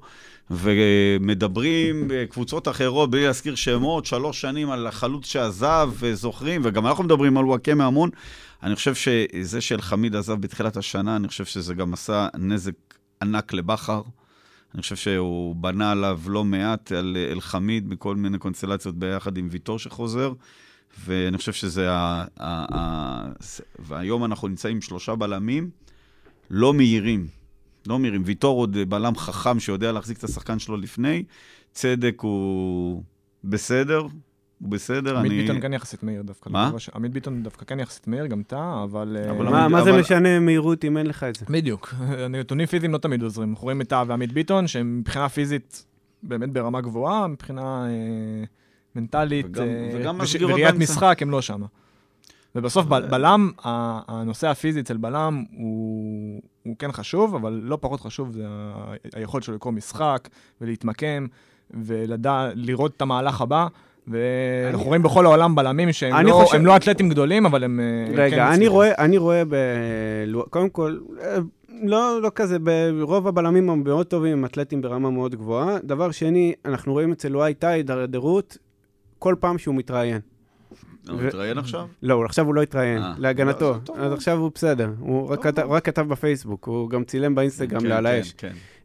ומדברים בקבוצות אחרות, בלי להזכיר שמות, שלוש שנים על החלוץ שעזב, וזוכרים, וגם אנחנו מדברים על וואקמה המון. אני חושב שזה של חמיד עזב בתחילת השנה, אני חושב שזה גם עשה נזק ענק לבחר. אני חושב שהוא בנה עליו לא מעט על אל חמיד, מכל מיני קונסטלציות ביחד עם ויטור שחוזר, ואני חושב שזה, ה, ה, ה, והיום אנחנו נמצאים שלושה בלמים, לא מהירים, לא מהירים. ויטור עוד בלם חכם שיודע להחזיק את השחקן שלו לפני, צדק הוא בסדר, הוא בסדר. עמית אני... ביטון כן יחסית מהיר דווקא. מה? עמית ביטון דווקא כן יחסית מהיר, גם טעה, אבל... אבל מה, מה אבל... זה משנה מהירות אם אין לך את זה? בדיוק. נתונים פיזיים לא תמיד עוזרים. אנחנו רואים את טעה ועמית ביטון, שהם מבחינה פיזית באמת ברמה גבוהה, מבחינה... מנטלית, וראיית משחק, הם לא שם. ובסוף בלם, הנושא הפיזי אצל בלם הוא כן חשוב, אבל לא פחות חשוב זה היכולת שלו לקרוא משחק, ולהתמקם, ולראות את המהלך הבא, ואנחנו רואים בכל העולם בלמים שהם לא אתלטים גדולים, אבל הם... רגע, אני רואה, קודם כל, לא כזה, ברוב הבלמים הם מאוד טובים, הם אתלטים ברמה מאוד גבוהה. דבר שני, אנחנו רואים אצל לואי טאה הידרדרות, כל פעם שהוא מתראיין. הוא מתראיין עכשיו? לא, עכשיו הוא לא התראיין, להגנתו. אז עכשיו הוא בסדר. הוא רק כתב בפייסבוק, הוא גם צילם באינסטגרם לעל האש.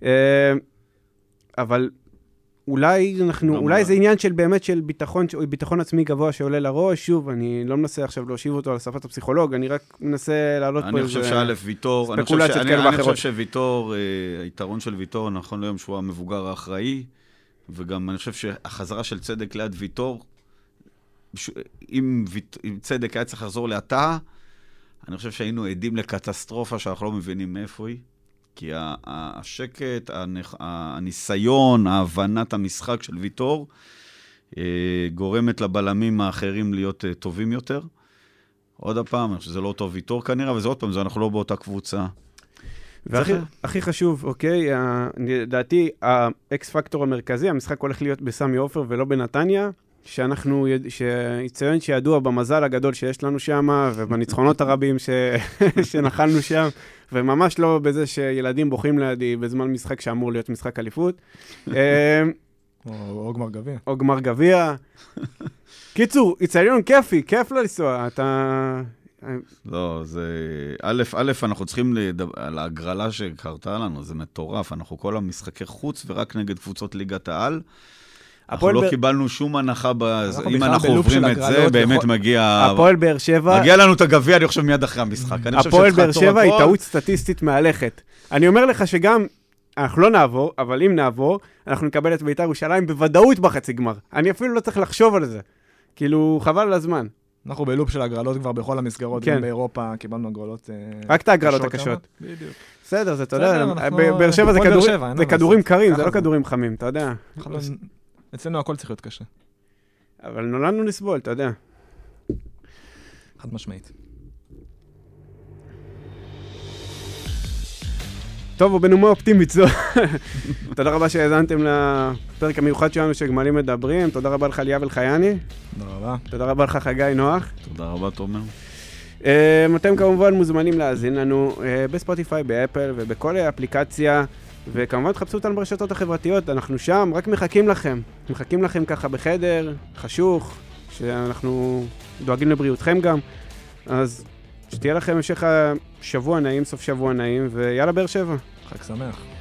אבל אולי אנחנו, אולי זה עניין של באמת של ביטחון, ביטחון עצמי גבוה שעולה לראש. שוב, אני לא מנסה עכשיו להושיב אותו על שפת הפסיכולוג, אני רק מנסה לעלות פה איזה ספקולציות כאלה ואחרות. אני חושב שוויטור, היתרון של ויטור, נכון ליום שהוא המבוגר האחראי, וגם אני חושב שהחזרה של צדק ליד ויטור, אם, אם צדק היה צריך לחזור לאתה, אני חושב שהיינו עדים לקטסטרופה שאנחנו לא מבינים מאיפה היא, כי השקט, הניסיון, ההבנת המשחק של ויטור, גורמת לבלמים האחרים להיות טובים יותר. עוד הפעם, אני חושב שזה לא אותו ויטור כנראה, וזה עוד פעם, זה אנחנו לא באותה קבוצה. והכי חשוב, אוקיי, לדעתי, האקס פקטור המרכזי, המשחק הולך להיות בסמי עופר ולא בנתניה, שאנחנו, שיציין שידוע במזל הגדול שיש לנו שם, ובניצחונות הרבים שנחלנו שם, וממש לא בזה שילדים בוכים לידי בזמן משחק שאמור להיות משחק אליפות. או גמר גביע. או גמר גביע. קיצור, יציין כיפי, כיף לא לנסוע, אתה... לא, זה... א', א', אנחנו צריכים לדבר על ההגרלה שקרתה לנו, זה מטורף, אנחנו כל המשחקי חוץ ורק נגד קבוצות ליגת העל. אנחנו לא קיבלנו שום הנחה, אם אנחנו עוברים את זה, באמת מגיע... הפועל באר שבע... מגיע לנו את הגביע, אני חושב מיד אחרי המשחק. הפועל באר שבע היא טעות סטטיסטית מהלכת. אני אומר לך שגם, אנחנו לא נעבור, אבל אם נעבור, אנחנו נקבל את בית"ר ירושלים בוודאות בחצי גמר. אני אפילו לא צריך לחשוב על זה. כאילו, חבל על הזמן. אנחנו בלופ של הגרלות כבר בכל המסגרות, גם באירופה קיבלנו הגרלות... רק את ההגרלות הקשות. בדיוק. בסדר, זה, אתה יודע, באר שבע זה כדורים קרים, זה לא כדורים חמים, אתה יודע. אצלנו הכל צריך להיות קשה. אבל נולדנו לסבול, אתה יודע. חד משמעית. טוב, ובנומה אופטימית זו. תודה רבה שהאזנתם לפרק המיוחד שלנו שגמלים מדברים. תודה רבה לך ליאב אלחייני. תודה רבה. תודה רבה לך חגי נוח. תודה רבה, תומר. אתם כמובן מוזמנים להאזין לנו בספוטיפיי, באפל ובכל אפליקציה, וכמובן תחפשו אותנו ברשתות החברתיות, אנחנו שם, רק מחכים לכם. מחכים לכם ככה בחדר, חשוך, שאנחנו דואגים לבריאותכם גם. אז שתהיה לכם המשך שבוע נעים, סוף שבוע נעים, ויאללה באר שבע. חג שמח.